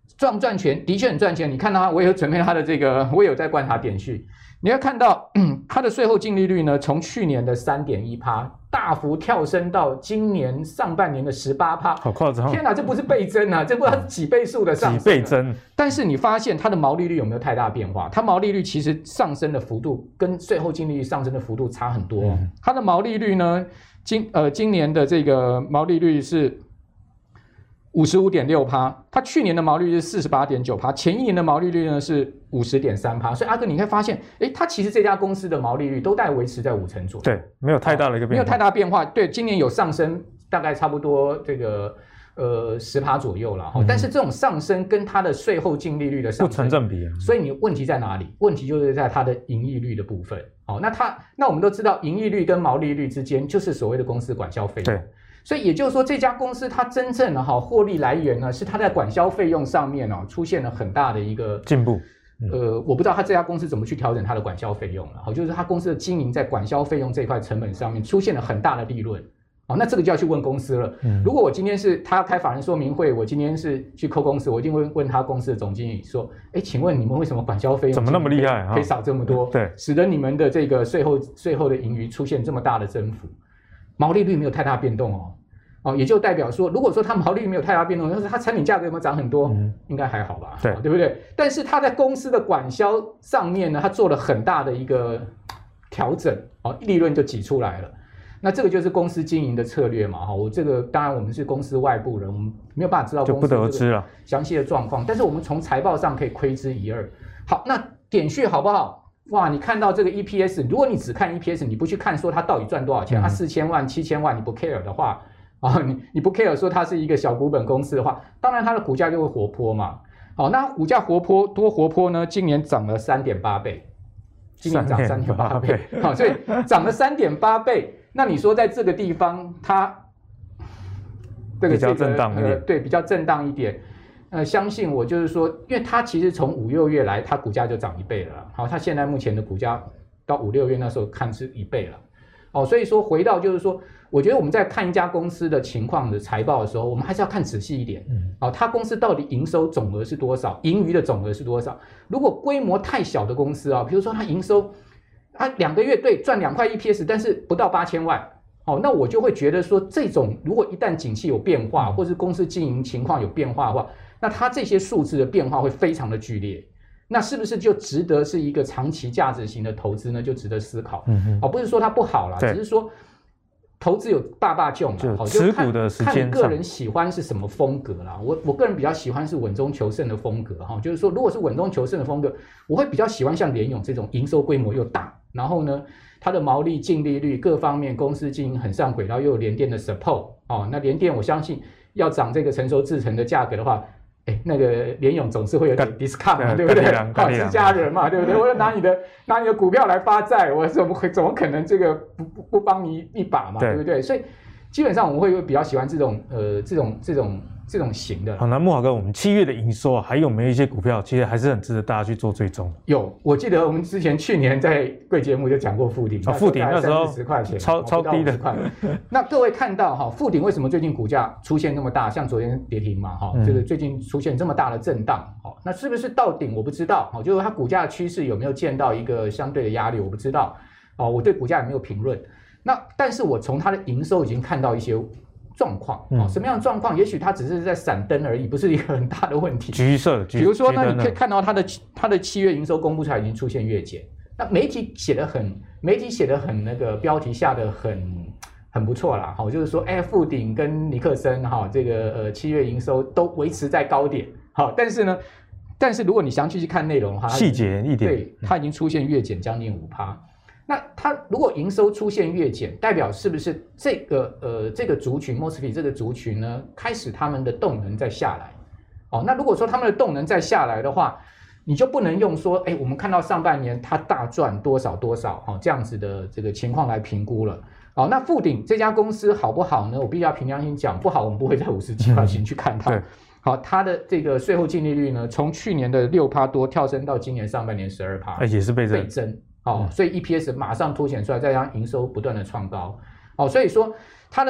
[SPEAKER 2] 赚不赚钱？的确很赚钱。你看到它，我也有准备它的这个，我也有在观察点序。你要看到它的税后净利率呢，从去年的 三点一 大幅跳升到今年上半年的 十八
[SPEAKER 1] 好夸张！
[SPEAKER 2] 天哪，这不是倍增啊，这不知道是几倍数的上升。
[SPEAKER 1] 几倍增。但
[SPEAKER 2] 是你发现它的毛利率有没有太大变化？它毛利率其实上升的幅度跟税后净利率上升的幅度差很多。嗯、它的毛利率呢，今呃今年的这个毛利率是五十五点六趴，它去年的毛利率是四十八点九趴，前一年的毛利率呢是五十点三趴，所以阿哥你可以发现，哎，它其实这家公司的毛利率都大概维持在五成左右，
[SPEAKER 1] 对，没有太大的一个变化，
[SPEAKER 2] 没有太大变化，对，今年有上升，大概差不多这个呃十趴左右了，嗯、但是这种上升跟它的税后净利率的上升
[SPEAKER 1] 不成正比啊，
[SPEAKER 2] 所以你问题在哪里？问题就是在它的盈利率的部分，好，那它那我们都知道，盈利率跟毛利率之间就是所谓的公司管销费用，
[SPEAKER 1] 对。
[SPEAKER 2] 所以也就是说，这家公司它真正的哈获利来源呢，是它在管销费用上面哦出现了很大的一个
[SPEAKER 1] 进步。
[SPEAKER 2] 嗯、呃，我不知道它这家公司怎么去调整它的管销费用了，好，就是它公司的经营在管销费用这块成本上面出现了很大的利润。好，那这个就要去问公司了。嗯、如果我今天是他要开法人说明会，我今天是去扣公司，我一定会问他公司的总经理说：“哎，请问你们为什么管销费用
[SPEAKER 1] 怎么那么厉害啊？
[SPEAKER 2] 可以少这么多？
[SPEAKER 1] 对，
[SPEAKER 2] 使得你们的这个税后税后的盈余出现这么大的增幅？”毛利率没有太大变动哦，哦，也就代表说，如果说它毛利率没有太大变动，但是它产品价格有没有涨很多，嗯、应该还好吧？
[SPEAKER 1] 对，
[SPEAKER 2] 对不对？但是它在公司的管销上面呢，它做了很大的一个调整，哦，利润就挤出来了。那这个就是公司经营的策略嘛，哈，我这个当然我们是公司外部人，我们没有办法知道公司
[SPEAKER 1] 就不得而知了
[SPEAKER 2] 详细的状况，但是我们从财报上可以窥之一二。好，那点序好不好？哇，你看到这个 E P S， 如果你只看 E P S， 你不去看说它到底赚多少钱，它、嗯啊、四千万、七千万，你不 care 的话，啊，你你不 care 说它是一个小股本公司的话，当然它的股价就会活泼嘛。好，那股价活泼多活泼呢？今年涨了 三点八倍，今年涨 三点八倍，好，所以涨了 三点八倍。那你说在这个地方，它这个
[SPEAKER 1] 比较震荡一点、呃，
[SPEAKER 2] 对，比较震荡一点。呃，相信我就是说，因为它其实从五六月来，它股价就涨一倍了。好，它现在目前的股价到五六月那时候看是一倍了。哦，所以说回到就是说，我觉得我们在看一家公司的情况的财报的时候，我们还是要看仔细一点。嗯，哦，它公司到底营收总额是多少，盈余的总额是多少？如果规模太小的公司啊，比如说它营收，它两个月对赚两块 E P S， 但是不到八千万。哦，那我就会觉得说，这种如果一旦景气有变化，或是公司经营情况有变化的话，那它这些数字的变化会非常的剧烈。那是不是就值得是一个长期价值型的投资呢？就值得思考。嗯嗯，哦，不是说它不好啦，只是说投资有大把种啦，
[SPEAKER 1] 就持股的时间
[SPEAKER 2] 看个人喜欢是什么风格啦。我我个人比较喜欢是稳中求胜的风格哈，就是说如果是稳中求胜的风格，我会比较喜欢像联咏这种营收规模又大，然后呢，它的毛利、净利率各方面公司经营很上轨，然后又有联电的 support 哦，那联电我相信要涨这个成熟制程的价格的话。哎，那个联咏总是会有点 discount 嘛，对不对？好，自家人嘛，对不对？我要拿你的拿你的股票来发债，我怎么会怎么可能这个不不不帮你一把嘛， 对, 对不对？所以基本上我们会比较喜欢这种呃这种这种这种型的。
[SPEAKER 1] 好，那慕郝哥，我们七月的营收啊，还有没有一些股票，其实还是很值得大家去做追踪？
[SPEAKER 2] 有，我记得我们之前去年在贵节目就讲过富鼎，
[SPEAKER 1] 啊，富鼎那时候
[SPEAKER 2] 十块钱，
[SPEAKER 1] 超超低的。
[SPEAKER 2] 那各位看到哈，富鼎为什么最近股价出现那么大？像昨天跌停嘛，哈、嗯，这个最近出现这么大的震荡，好，那是不是到顶？我不知道，好，就是它股价的趋势有没有见到一个相对的压力？我不知道，哦，我对股价也没有评论。那但是我从它的营收已经看到一些状况，嗯、什么样的状况？也许它只是在闪灯而已，不是一个很大的问题。
[SPEAKER 1] 橘色，
[SPEAKER 2] 比如说，那你可以看到它的它的七月营收公布出来已经出现月减。那媒体写的很，媒体写的很那个标题下的很很不错啦，好，就是说，哎，富鼎跟尼克森哈，这个呃七月营收都维持在高点，好，但是呢，但是如果你详细去看内容的话，
[SPEAKER 1] 细节一点，
[SPEAKER 2] 对，它已经出现月减将近五趴。那它如果营收出现月减，代表是不是这个呃这个族群 Mosfet 这个族群呢，开始他们的动能再下来？哦，那如果说他们的动能再下来的话，你就不能用说，哎，我们看到上半年它大赚多少多少，哦，这样子的这个情况来评估了。哦，那富鼎这家公司好不好呢？我必须要凭良心讲，不好，我们不会在五十几块钱去看它。
[SPEAKER 1] 嗯、
[SPEAKER 2] 好，它的这个税后净利率呢，从去年的六趴多跳升到今年上半年十二趴，
[SPEAKER 1] 哎，也是倍增。
[SPEAKER 2] 倍增。哦，所以 E P S 马上凸显出来，再加上营收不断的创高，哦，所以说它的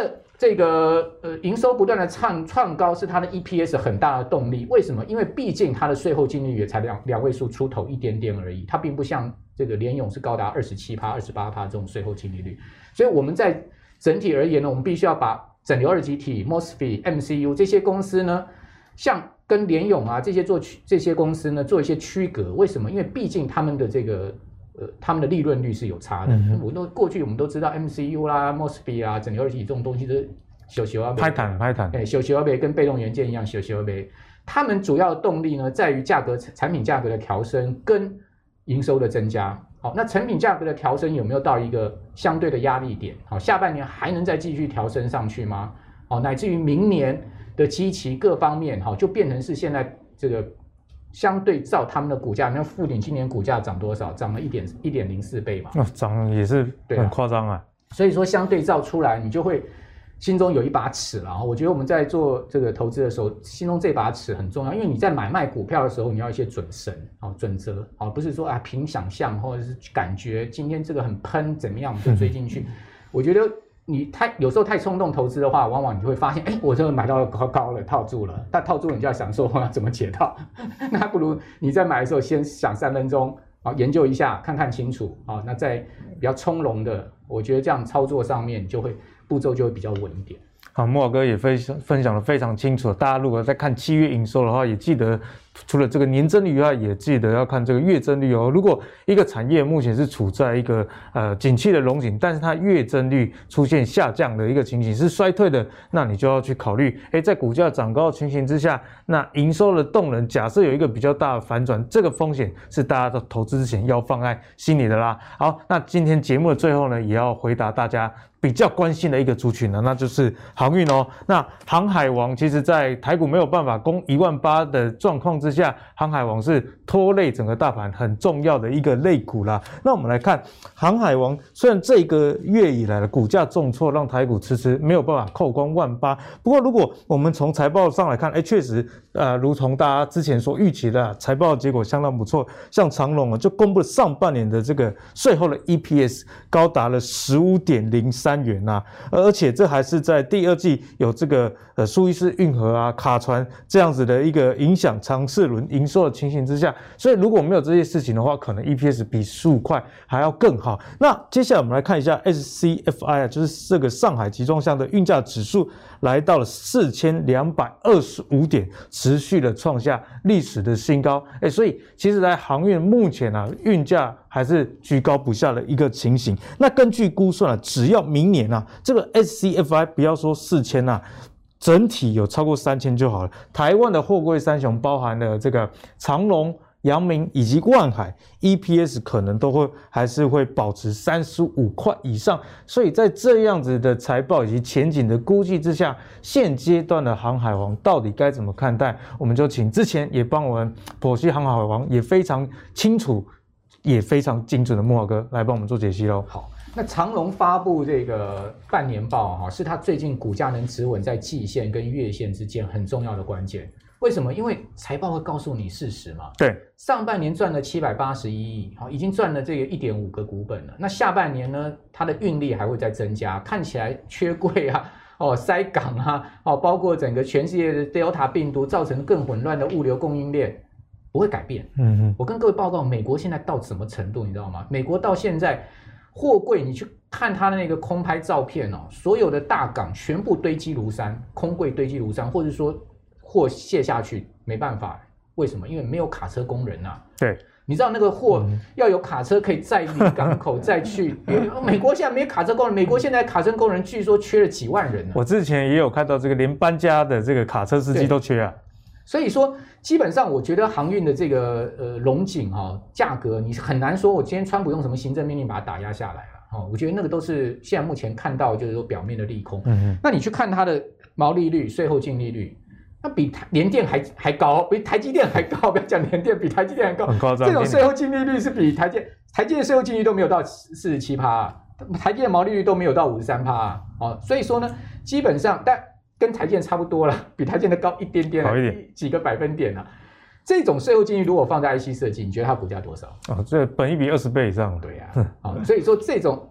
[SPEAKER 2] 这个呃营收不断的创创高是它的 E P S 很大的动力。为什么？因为毕竟它的税后净利率也才两两位数出头一点点而已，它并不像这个联咏是高达二十七趴、二十八趴这种税后净利率。所以我们在整体而言呢，我们必须要把整流二极体、M O S F E T、M C U 这些公司呢，像跟联咏啊这些做这些公司呢做一些区隔。为什么？因为毕竟他们的这个。呃，他们的利润率是有差的。嗯、我都过去我们都知道 M C U 啦、M O S F E T 啊、整流二极体这种东西都是小小啊，
[SPEAKER 1] 拍坦拍坦，
[SPEAKER 2] 哎，小小啊，跟被动元件一样，小小啊，他们主要的动力呢，在于价格产品价格的调升跟营收的增加。好，那成品价格的调升有没有到一个相对的压力点？好，下半年还能再继续调升上去吗？好，乃至于明年的基期各方面，好，就变成是现在这个。相对照他们的股价，那富鼎今年股价涨多少？涨了一点一点零四倍嘛，
[SPEAKER 1] 哦，涨也是很夸张啊。
[SPEAKER 2] 所以说相对照出来，你就会心中有一把尺了。我觉得我们在做这个投资的时候，心中这把尺很重要，因为你在买卖股票的时候，你要一些准绳啊、准则啊，不是说啊凭想象或者是感觉今天这个很喷怎么样就追进去。嗯、我觉得。你太有时候太冲动投资的话，往往你会发现，哎，我这个买到高高了，套住了。但套住了，你就要想说要怎么解套。那不如你在买的时候先想三分钟啊，研究一下，看看清楚啊。那再比较从容的，我觉得这样操作上面就会步骤就会比较稳一点。
[SPEAKER 1] 好，木华哥也分享分享的非常清楚。大家如果在看七月营收的话，也记得除了这个年增率以外，也记得要看这个月增率哦。如果一个产业目前是处在一个呃景气的龙井，但是它月增率出现下降的一个情形，是衰退的，那你就要去考虑，哎，在股价涨高的情形之下，那营收的动能假设有一个比较大的反转，这个风险是大家在投资之前要放在心里的啦。好，那今天节目的最后呢，也要回答大家比较关心的一个族群呢，那就是航运哦。那航海王其实在台股没有办法攻一万八的状况之下，航海王是拖累整个大盘很重要的一个类股啦。那我们来看航海王，虽然这个月以来的股价重挫，让台股迟迟没有办法扣关万八。不过如果我们从财报上来看，哎，确实，呃，如同大家之前所预期的，财报结果相当不错。像长荣啊，就公布了上半年的这个税后的 E P S 高达了 十五点零三元啊，而且这还是在第二季有这个呃苏伊士运河啊、卡船这样子的一个影响长四轮营收的情形之下，所以如果没有这些事情的话，可能 E P S 比十五块还要更好。那接下来我们来看一下 S C F I 啊，就是这个上海集装箱的运价指数来到了四千两百二十五点，持续的创下历史的新高。哎，所以其实在航运目前啊，运价还是居高不下的一个情形。那根据估算啊，只要明年啊，这个 S C F I 不要说四千啊，整体有超过三千就好了。台湾的货柜三雄包含了这个长荣、阳明以及万海 ，E P S 可能都会还是会保持三十五块以上。所以在这样子的财报以及前景的估计之下，现阶段的航海王到底该怎么看待？我们就请之前也帮我们剖析航海王也非常清楚也非常精准的木华哥来帮我们做解析喽。
[SPEAKER 2] 好，那长荣发布这个半年报哈，是它最近股价能止稳在季线跟月线之间很重要的关键。为什么？因为财报会告诉你事实嘛。
[SPEAKER 1] 对，
[SPEAKER 2] 上半年赚了七百八十一亿，好，已经赚了这个一点五个股本了。那下半年呢，它的运力还会再增加，看起来缺柜啊，哦，塞港啊，哦，包括整个全世界的 Delta 病毒造成更混乱的物流供应链。不会改变。嗯嗯，我跟各位报告，美国现在到什么程度，你知道吗？美国到现在，货柜你去看它的那个空拍照片哦，所有的大港全部堆积如山，空柜堆积如山，或者说货卸下去没办法，为什么？因为没有卡车工人啊。
[SPEAKER 1] 对，
[SPEAKER 2] 你知道那个货要有卡车可以再离港口再去，美国现在没有卡车工人，美国现在卡车工人据说缺了几万人、啊。
[SPEAKER 1] 我之前也有看到这个，连搬家的这个卡车司机都缺啊。
[SPEAKER 2] 所以说，基本上我觉得航运的这个呃龙井哈、哦、价格，你很难说我今天川普用什么行政命令把它打压下来了。哦，我觉得那个都是现在目前看到就是说表面的利空。嗯嗯。那你去看它的毛利率、税后净利率，那比台联电还还高，比台积电还高。不要讲联电，比台积电还高，
[SPEAKER 1] 很夸张。
[SPEAKER 2] 这种税后净利率是比台积台积电税后净利率都没有到四十七趴，台积电毛利率都没有到五十三趴。哦，所以说呢，基本上但。跟台积电差不多了，比台积电的高一点点，
[SPEAKER 1] 好一点，
[SPEAKER 2] 几个百分点啊。这种税后净利如果放在 I C 设计，你觉得它股价多少？
[SPEAKER 1] 哦，这本益比二十倍以上。
[SPEAKER 2] 对呀、啊，好，所以说这种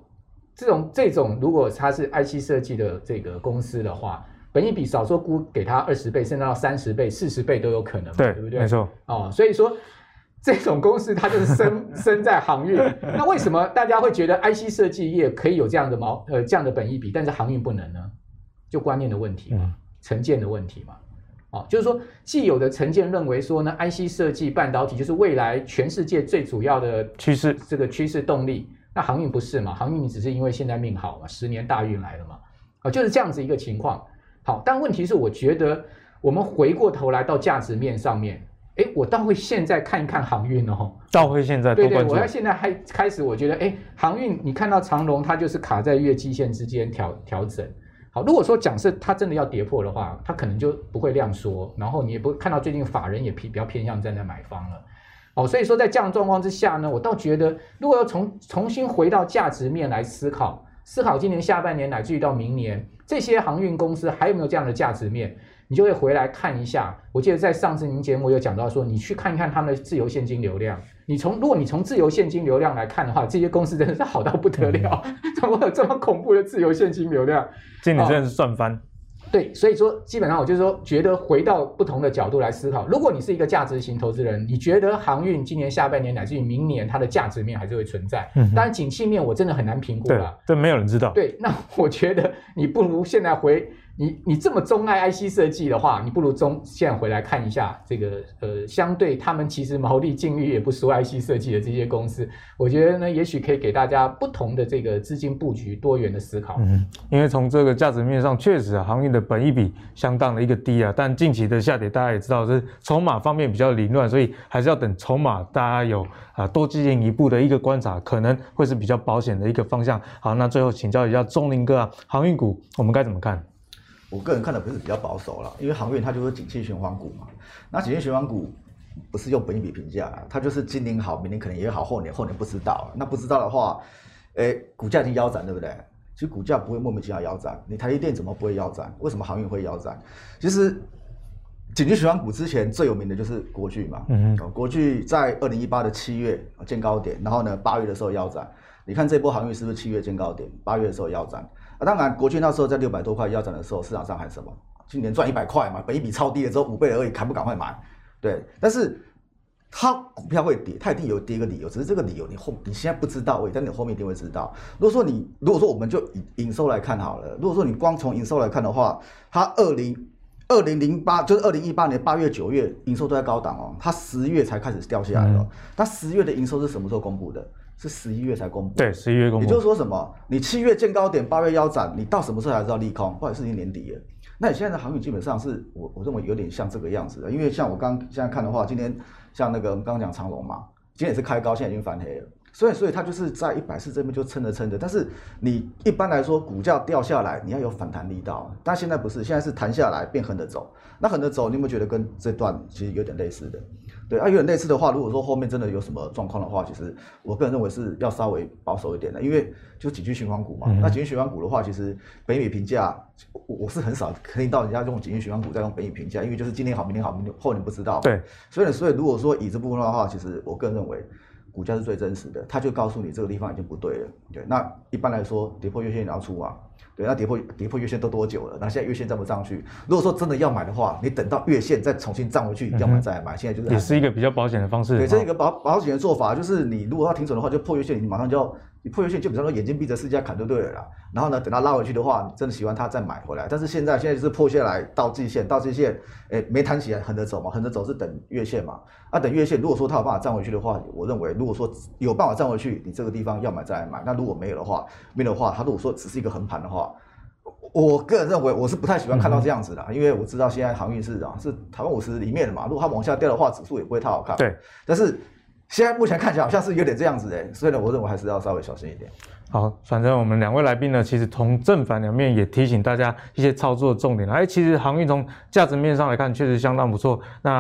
[SPEAKER 2] 这种这种如果它是 I C 设计的这个公司的话，本益比少说估给它二十倍，甚至到三十倍、四十倍都有可能，
[SPEAKER 1] 对，
[SPEAKER 2] 对不对？
[SPEAKER 1] 没错。
[SPEAKER 2] 哦，所以说这种公司它就是生生在航运。那为什么大家会觉得 I C 设计业可以有这样的毛呃这样的本益比，但是航运不能呢？就观念的问题嘛，成见的问题嘛。哦，就是说，既有的成见认为说呢 ，I C 设计半导体就是未来全世界最主要的
[SPEAKER 1] 趋势，
[SPEAKER 2] 这个趋势动力。那航运不是嘛？航运只是因为现在命好嘛，十年大运来了嘛，啊，就是这样子一个情况。好，但问题是，我觉得我们回过头来到价值面上面，哎，我倒会现在看一看航运哦，
[SPEAKER 1] 倒会现在多关注。
[SPEAKER 2] 对对，我要现在还开始，我觉得，哎，航运，你看到长荣，它就是卡在月季线之间调调整。好，如果说假设它真的要跌破的话，它可能就不会量缩，然后你也不会看到最近法人也比较偏向站在买方了。哦，所以说在这样的状况之下呢，我倒觉得，如果要重重新回到价值面来思考，思考今年下半年乃至于到明年，这些航运公司还有没有这样的价值面，你就会回来看一下。我记得在上次您节目有讲到说，你去看一看他们的自由现金流量。你从如果你从自由现金流量来看的话，这些公司真的是好到不得了，怎么有这么恐怖的自由现金流量？
[SPEAKER 1] 今年真的是赚翻。
[SPEAKER 2] 对，所以说基本上我就是说，觉得回到不同的角度来思考，如果你是一个价值型投资人，你觉得航运今年下半年乃至于明年它的价值面还是会存在，嗯，当然景气面我真的很难评估了，
[SPEAKER 1] 这没有人知道。
[SPEAKER 2] 对，那我觉得你不如现在回你你这么钟爱 I C 设计的话，你不如中现在回来看一下这个呃，相对他们其实毛利净率也不输 I C 设计的这些公司，我觉得呢，也许可以给大家不同的这个资金布局多元的思考。
[SPEAKER 1] 嗯，因为从这个价值面上，确实啊，航运的本益比相当的一个低啊，但近期的下跌大家也知道是筹码方面比较凌乱，所以还是要等筹码大家有啊多进行一步的一个观察，可能会是比较保险的一个方向。好，那最后请教一下钟林哥啊，航运股我们该怎么看？
[SPEAKER 3] 我个人看的不是比较保守了，因为航运它就是景气循环股嘛。那景气循环股不是用本益比评价啦，它就是今年好，明年可能也好，后年后年不知道。那不知道的话，哎，股价已经腰斩，对不对？其实股价不会莫名其妙腰斩，你台积电怎么不会腰斩？为什么航运会腰斩？其实景气循环股之前最有名的就是国巨嘛，嗯、国巨在二零一八的七月见高点，然后呢八月的时候腰斩。你看这波航运是不是七月见高点，八月的时候腰斩？啊，当然，国巨那时候在六百多块腰斩的时候，市场上喊什么？今年赚一百块嘛，本益比超低了，只有五倍而已，赶不赶快买？对，但是它股票会跌，它一定有跌一个理由，只是这个理由你后你现在不知道，但你后面一定会知道。如果说你如果说我们就以营收来看好了，如果说你光从营收来看的话，它二零二零零八就是二零一八年八月九月营收都在高档哦，它十月才开始掉下来了。它十月的营收是什么时候公布的？是十一月才公布，
[SPEAKER 1] 对，十一月公布。
[SPEAKER 3] 也就是说什么？你七月见高点，八月腰斩，你到什么时候才知道利空？或者是已经年底了？那你现在的航运基本上是我我认为有点像这个样子的，因为像我刚现在看的话，今天像那个我们刚刚讲长荣嘛，今天也是开高，现在已经翻黑了，所以所以它就是在一百四这边就撑着撑着，但是你一般来说股价掉下来，你要有反弹力道，但现在不是，现在是弹下来变横着走，那横着走，你有没有觉得跟这段其实有点类似的？对啊，有点类似的话，如果说后面真的有什么状况的话，其实我个人认为是要稍微保守一点的，因为就是景气循环股嘛。嗯、那景气循环股的话，其实本益比评价，我我是很少听到人家用景气循环股在用本益比评价，因为就是今年好，明年好，明年后年不知道。
[SPEAKER 1] 对，
[SPEAKER 3] 所以所以如果说以这部分的话，其实我个人认为股价是最真实的，它就告诉你这个地方已经不对了。对，那一般来说跌破月线也要出啊。对，那跌破跌破月线都多久了？那现在月线站不上去。如果说真的要买的话，你等到月线再重新站回去，要买再来买。现在就是
[SPEAKER 1] 也是一个比较保险的方式。
[SPEAKER 3] 对，这是一个保保险的做法，就是你如果要停损的话，就破月线，你马上就要你破月线，就比方说眼睛闭着市价砍就对了啦。然后呢，等它拉回去的话，你真的喜欢它再买回来。但是现在现在就是破下来到季线，到季线，哎，没弹起来，横着走嘛，横着走是等月线嘛。啊，等月线，如果说它有办法站回去的话，我认为如果说有办法站回去，你这个地方要买再来买。那如果没有的话，没有的话，它如果说只是一个横盘的话。我个人认为，我是不太喜欢看到这样子的，嗯、因为我知道现在航运是啊是台湾五十里面的嘛，如果它往下掉的话，指数也不会太好看。
[SPEAKER 1] 对，
[SPEAKER 3] 但是现在目前看起来好像是有点这样子哎，所以呢，我认为还是要稍微小心一点。
[SPEAKER 1] 好，反正我们两位来宾呢，其实从正反两面也提醒大家一些操作的重点。哎，其实航运从价值面上来看，确实相当不错。那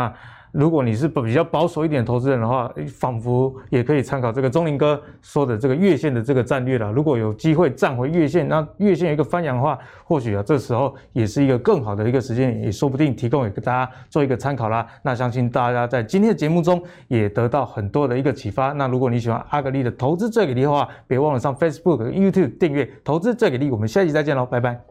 [SPEAKER 1] 如果你是比较保守一点的投资人的话，仿佛也可以参考这个钟林哥说的这个月线的这个战略啦。如果有机会站回月线，那月线有一个翻扬的话，或许啊这时候也是一个更好的一个时间，也说不定提供给大家做一个参考啦。那相信大家在今天的节目中也得到很多的一个启发。那如果你喜欢阿格力的投资最给力的话，别忘了上 Facebook 跟 YouTube 订阅投资最给力。我们下期再见喽，拜拜。